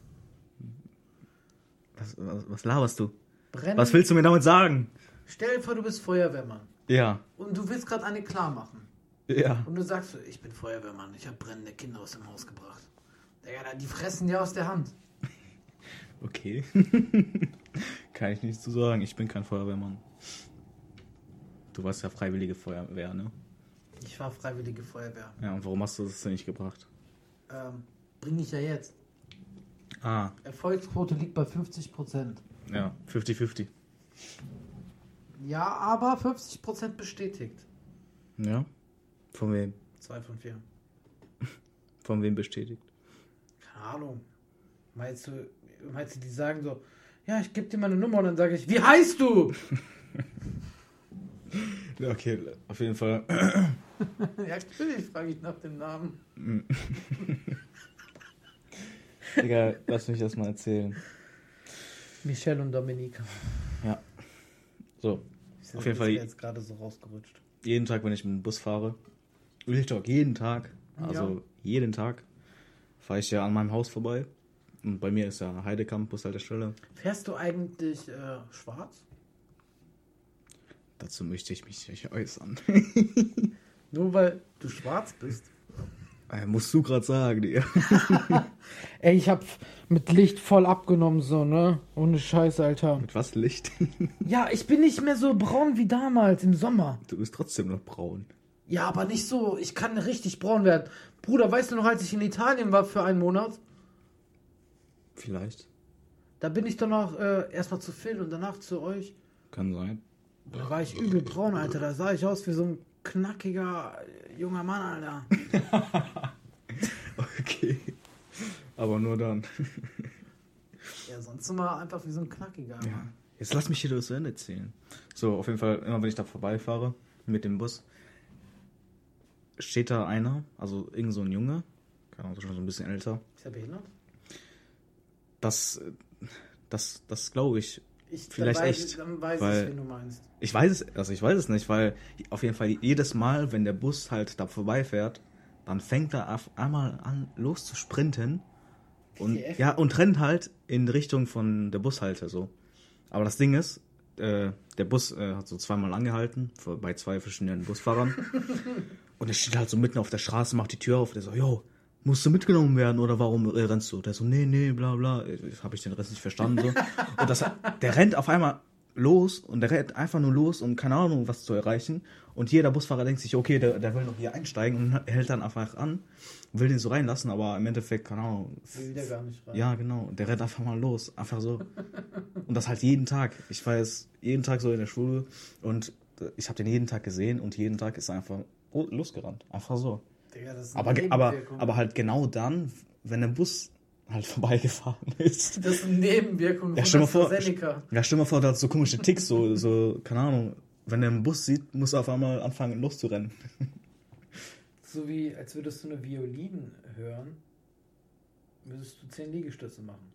Was, was, was laberst du? Brennende Was willst du mir damit sagen? Stell dir vor, du bist Feuerwehrmann. Ja. Und du willst gerade eine klar machen. Ja. Und du sagst, so, ich bin Feuerwehrmann, ich habe brennende Kinder aus dem Haus gebracht. Digga, die fressen dir aus der Hand. Okay. Kann ich nichts zu sagen. Ich bin kein Feuerwehrmann. Du warst ja freiwillige Feuerwehr, ne? Ich war freiwillige Feuerwehr. Ja, und warum hast du das denn nicht gebracht? Ähm, bring ich ja jetzt. Ah, Erfolgsquote liegt bei fünfzig Prozent. ja, fünfzig fünfzig. Ja, aber fünfzig Prozent bestätigt. Ja? Von wem? Zwei von vier. Von wem bestätigt? Keine Ahnung. Meinst du, meinst du, die sagen so, ja, ich gebe dir meine Nummer und dann sage ich, wie heißt du? Ja, okay, auf jeden Fall. Ja, natürlich frage ich nach dem Namen. Digga, lass mich das mal erzählen. Michelle und Dominika. Ja. So, Ich Auf jeden das Fall- wär jetzt gerade so rausgerutscht. jeden Tag, wenn ich mit dem Bus fahre, Real Talk, jeden Tag, also Ja. jeden Tag, fahre ich ja an meinem Haus vorbei. Und bei mir ist ja Heidekamp, Bushaltestelle. Fährst du eigentlich äh, schwarz? Dazu möchte ich mich nicht äußern. Nur weil du schwarz bist? Äh, musst du gerade sagen, Digga. Ey, ich hab mit Licht voll abgenommen, so, ne? Ohne Scheiß, Alter. Mit was Licht? Ja, ich bin nicht mehr so braun wie damals im Sommer. Du bist trotzdem noch braun. Ja, aber nicht so. Ich kann richtig braun werden. Bruder, weißt du noch, als ich in Italien war für einen Monat? Vielleicht. Da bin ich dann noch äh, erstmal zu Phil und danach zu euch. Kann sein. Da war ich übel braun, Alter. Da sah ich aus wie so ein knackiger äh, junger Mann, Alter. Okay. Aber nur dann. Ja, sonst immer einfach wie so ein knackiger Ja. Mann. Jetzt lass mich hier das zu Ende erzählen. So, auf jeden Fall, immer wenn ich da vorbeifahre mit dem Bus, steht da einer, also irgend so ein Junge, keine Ahnung, schon so ein bisschen älter. Ist er behindert? Das, das, das glaube ich. Ich, Vielleicht dann weiß, echt, Dann weiß weil- ich, wen du meinst. Ich weiß es, also ich weiß es nicht, weil auf jeden Fall jedes Mal, wenn der Bus halt da vorbeifährt, dann fängt er auf einmal an, los zu sprinten und P T F? ja und rennt halt in Richtung von der Bushalte so. Aber das Ding ist, äh, der Bus äh, hat so zweimal angehalten vor- bei zwei verschiedenen Busfahrern und er steht halt so mitten auf der Straße, macht die Tür auf, der so, yo, musst du mitgenommen werden oder warum äh, rennst du? Der so, nee, nee, bla bla, habe ich den Rest nicht verstanden so. Und das, der rennt auf einmal los und der rennt einfach nur los, um keine Ahnung was zu erreichen. Und jeder Busfahrer denkt sich, okay, der, der will noch hier einsteigen und hält dann einfach an, will den so reinlassen, aber im Endeffekt, keine Ahnung. Will wieder gar nicht rein. Ja, genau. Der rennt einfach mal los, einfach so. Und das halt jeden Tag. Ich war jetzt jeden Tag so in der Schule und ich habe den jeden Tag gesehen und jeden Tag ist er einfach losgerannt. Einfach so. Digga, das ist eine Aber, ge- aber, Nebenwirkung. aber halt genau dann, wenn der Bus halt vorbeigefahren ist. Das ist eine Nebenwirkung Ja, von stell mal vor, AstraZeneca. ja, stell mal vor, da hat so komische Ticks, so, so, keine Ahnung, wenn er einen Bus sieht, muss er auf einmal anfangen loszurennen. So wie, als würdest du eine Violin hören, würdest du zehn Liegestütze machen.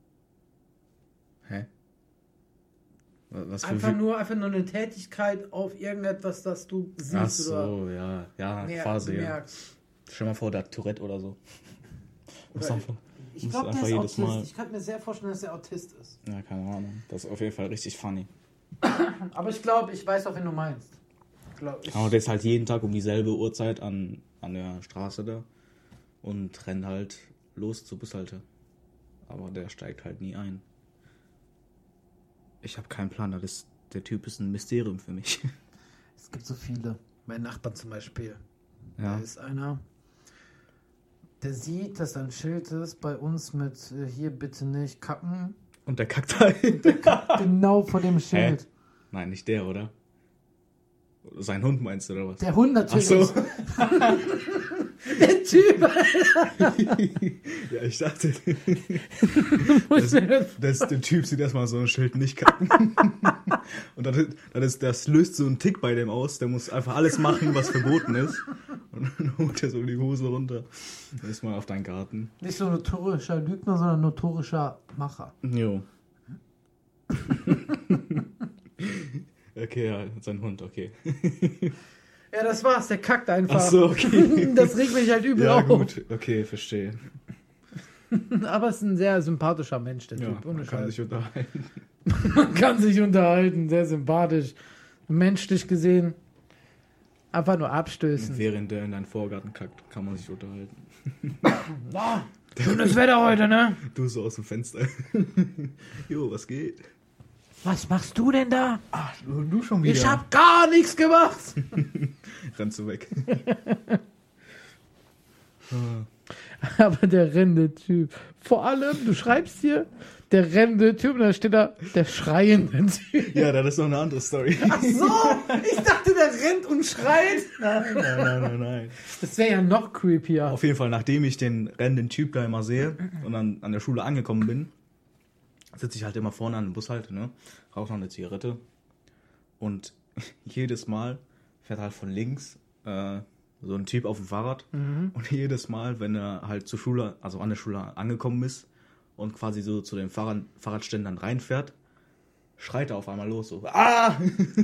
Hä? Was für Einfach Vi- nur, einfach nur eine Tätigkeit auf irgendetwas, das du siehst Ach oder so, ja, ja, mer- Phase, ja. bemerkst. Stell mal vor, der hat Tourette oder so. Muss Oder- einfach, Ich muss glaube, der einfach ist jedes Autist. Mal. Ich kann mir sehr vorstellen, dass er Autist ist. Ja, keine Ahnung. Das ist auf jeden Fall richtig funny. Aber ich glaube, ich weiß auch, wen du meinst. Glaub, ich, Aber der ist halt jeden Tag um dieselbe Uhrzeit an, an der Straße da und rennt halt los zur Bushalte. Aber der steigt halt nie ein. Ich habe keinen Plan, das ist, der Typ ist ein Mysterium für mich. es gibt so viele. Mein Nachbar zum Beispiel. Ja. Da ist einer, der sieht, dass ein Schild ist bei uns mit äh, hier bitte nicht kacken. Und der kackt halt. Genau vor dem Schild. Nein, nicht der, oder? Sein Hund meinst du, oder was? Der Hund Ach natürlich. so. Der Typ. Ja, ich dachte, Muss mir- das, der Typ sieht erstmal so ein Schild nicht kacken. Und dann, dann ist, das löst so einen Tick bei dem aus. Der muss einfach alles machen, was verboten ist. Und dann holt er so die Hose runter. Dann ist mal auf deinen Garten. Nicht so ein notorischer Lügner, sondern notorischer Macher. Jo. Okay, ja, sein Hund, okay. Ja, das war's. Der kackt einfach. Ach so, okay. Das regt mich halt übel Ja, auf. gut, okay, verstehe. Aber es ist ein sehr sympathischer Mensch, der Ja, Typ. Ohne man kann Scheiß. sich unterhalten. Man kann sich unterhalten, sehr sympathisch. Menschlich gesehen. Einfach nur abstößen. Während der in deinen Vorgarten kackt, kann man sich unterhalten. Oh, schönes Wetter heute, ne? Du so aus dem Fenster. Jo, was geht? Was machst du denn da? Ach, du, du schon wieder. Ich hab gar nichts gemacht. Rennst du weg. Aber der rennende Typ. Vor allem, du schreibst hier, der rennende Typ, und da steht da, der schreiende Typ. Ja, das ist noch eine andere Story. Ach so, ich dachte, der rennt und schreit. Nein, nein, nein, nein, nein. Das wäre ja noch creepier. Auf jeden Fall, nachdem ich den rennenden Typ da immer sehe und dann an der Schule angekommen bin, sitze ich halt immer vorne an der Bushalte, ne? Rauche noch eine Zigarette. Und jedes Mal fährt halt von links äh, so ein Typ auf dem Fahrrad. Mhm. Und jedes Mal, wenn er halt zur Schule, also an der Schule angekommen ist und quasi so zu den Fahrrad, Fahrradständern reinfährt, schreit er auf einmal los, so, ah!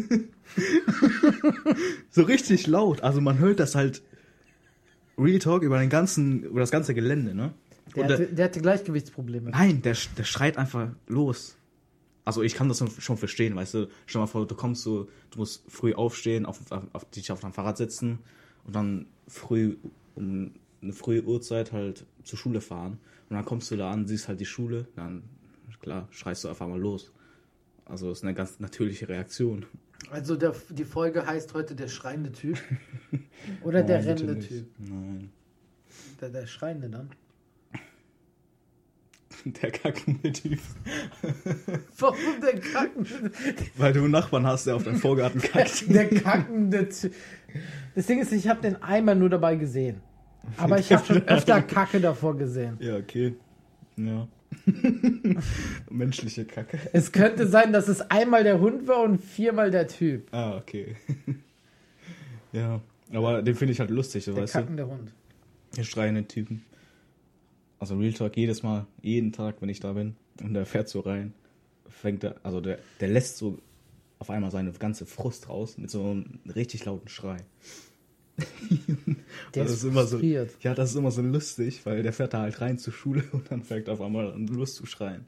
So richtig laut. Also man hört das halt Real Talk über den ganzen, über das ganze Gelände, ne? Der Und hatte, der hatte Gleichgewichtsprobleme. Nein, der, der schreit einfach los. Also ich kann das schon verstehen, weißt du. Stell mal vor, du kommst so, du musst früh aufstehen, auf, auf, auf dich auf dein Fahrrad setzen und dann früh um eine frühe Uhrzeit halt zur Schule fahren. Und dann kommst du da an, siehst halt die Schule, dann, klar, schreist du einfach mal los. Also das ist eine ganz natürliche Reaktion. Also der, die Folge heißt heute der schreiende Typ. Oder der Nein, bitte rennende nicht. Typ. Nein. Der, der schreiende dann. Der kackende Typ. Warum der kackende? Weil du einen Nachbarn hast, der auf deinen Vorgarten kackt. Der kackende Typ. Das Ding ist, ich habe den einmal nur dabei gesehen. Aber ich habe schon öfter Kacke davor gesehen. Ja, okay. Ja. Menschliche Kacke. Es könnte sein, dass es einmal der Hund war und viermal der Typ. Ah, okay. Ja, aber den finde ich halt lustig, so, Der weißt du? kackende Hund. Der schreiende Typen. also Real Talk, jedes Mal, jeden Tag, wenn ich da bin und der fährt so rein, fängt er, also der, der lässt so auf einmal seine ganze Frust raus mit so einem richtig lauten Schrei. Der das ist immer so, frustriert. ja, das ist immer so lustig, weil der fährt da halt rein zur Schule und dann fängt er auf einmal an, Lust zu schreien.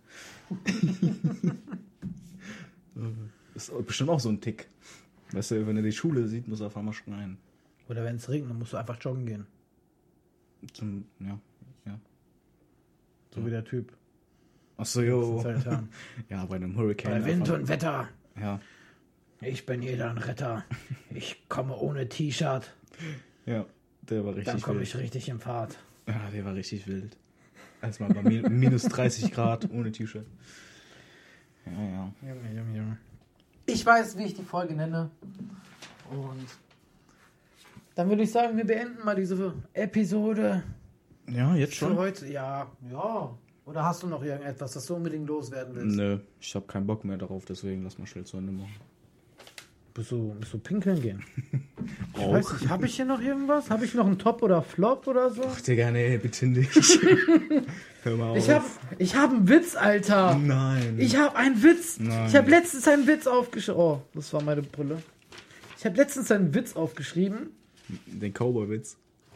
Das ist bestimmt auch so ein Tick. Weißt du, wenn er die Schule sieht, muss er auf einmal schreien. Oder wenn es regnet, dann musst du einfach joggen gehen. Zum, ja, ja. So Ja. wie der Typ. Achso, jo. Vor zwei Jahren. Ja, bei einem Hurricane. Bei Wind einfach- und Wetter. Ja, Ich bin jeder ein Retter. Ich komme ohne T-Shirt. ja, der war richtig Dann komme wild. ich richtig in Fahrt. Ja, der war richtig wild. Erstmal bei min- minus dreißig Grad ohne T-Shirt. Ja, ja. Junge, Junge, Junge. Ich weiß, wie ich die Folge nenne. Und dann würde ich sagen, wir beenden mal diese Episode Ja, jetzt für schon? heute. Ja, ja. Oder hast du noch irgendetwas, das du unbedingt loswerden willst? Nö, ich habe keinen Bock mehr darauf, deswegen lass mal schnell zu Ende machen. Bist du, bist du pinkeln gehen? Ich Auch? weiß nicht, habe ich hier noch irgendwas? Habe ich noch einen Top oder Flop oder so? Ach, Digga, nee, bitte nicht. Hör mal auf. Ich habe ich hab einen Witz, Alter. Nein. Ich habe einen Witz. Nein. Ich habe letztens einen Witz aufgeschrieben. Oh, das war meine Brille. Ich habe letztens einen Witz aufgeschrieben. Den Cowboy-Witz.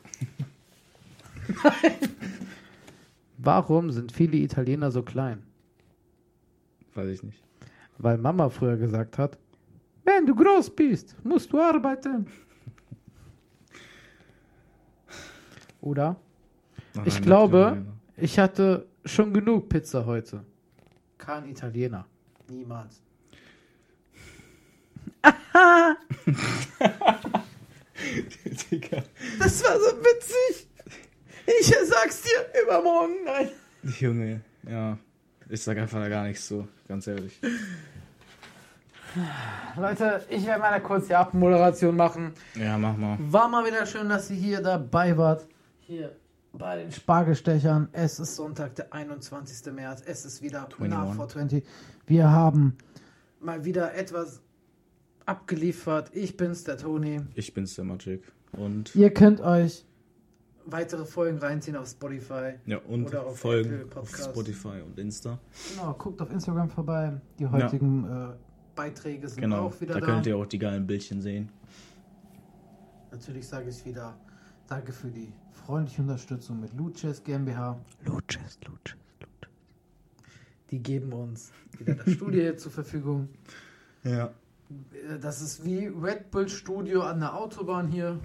Warum sind viele Italiener so klein? Weiß ich nicht. Weil Mama früher gesagt hat, wenn du groß bist, musst du arbeiten. Oder? Ach, Ich nein, glaube, Italiener. ich hatte schon genug Pizza heute. Kein Italiener. Niemals. Digga. Das war so witzig. Ich sag's dir übermorgen. Nein. Junge, ja. Ich sag einfach da gar nichts so, ganz ehrlich. Leute, ich werde mal eine kurze Abmoderation machen. Ja, mach mal. War mal wieder schön, dass ihr hier dabei wart. Hier bei den Spargelstechern. Es ist Sonntag, der einundzwanzigster März. Es ist wieder nach vier zwanzig. Wir haben mal wieder etwas abgeliefert. Ich bin's, der Toni. Ich bin's, der Magic. Und, Ihr könnt euch weitere Folgen reinziehen auf Spotify. ja, und Oder auf Folgen Apple auf Podcast. Spotify und Insta. Genau, guckt auf Instagram vorbei. Die heutigen äh, Beiträge sind Genau, auch wieder da da. könnt ihr auch die geilen Bildchen sehen. Natürlich sage ich wieder, danke für die freundliche Unterstützung mit Luches GmbH. Luches, Luches, Luches. Die geben uns wieder das Studio hier zur Verfügung. Ja. Das ist wie Red Bull Studio an der Autobahn hier.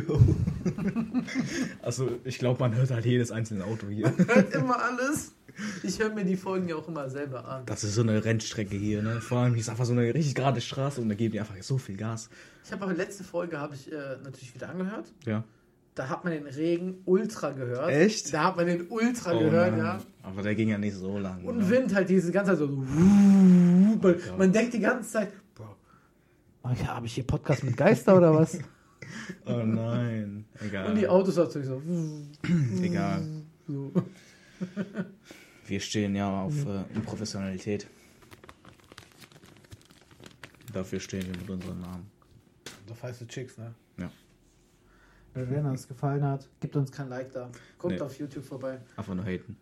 Also, ich glaube, man hört halt jedes einzelne Auto hier. Hört immer alles. Ich höre mir die Folgen ja auch immer selber an. Das ist so eine Rennstrecke hier, ne? Vor allem, hier ist einfach so eine richtig gerade Straße und da geben die einfach so viel Gas. Ich habe aber letzte Folge habe ich äh, natürlich wieder angehört. Ja. Da hat man den Regen ultra gehört. Echt? Da hat man den ultra Oh gehört, nein. ja. Aber der ging ja nicht so lang. Und oder? Wind halt diese ganze Zeit so. Man, Gott. man denkt die ganze Zeit, Bro, habe ich hier Podcast mit Geister oder was? Oh nein. Egal. Und die Autos natürlich so. Egal. so. Wir stehen ja auf äh, Professionalität. Dafür stehen wir mit unserem Namen. Das heißt du Chicks, ne? Ja. Wenn es gefallen hat, gebt uns kein Like da. Guckt Nee. auf YouTube vorbei. Einfach nur haten.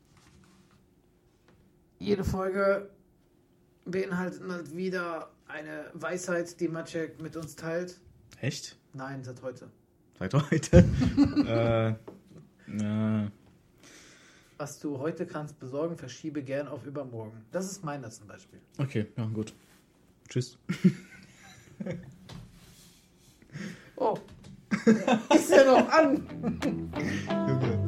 Jede Folge beinhaltet halt wieder eine Weisheit, die Maciek mit uns teilt. Echt? Nein, seit heute. Seit heute? äh, äh, Was du heute kannst besorgen, verschiebe gern auf übermorgen. Das ist meiner zum Beispiel. okay, ja gut. Tschüss. Oh. Ist ja noch an. Junge.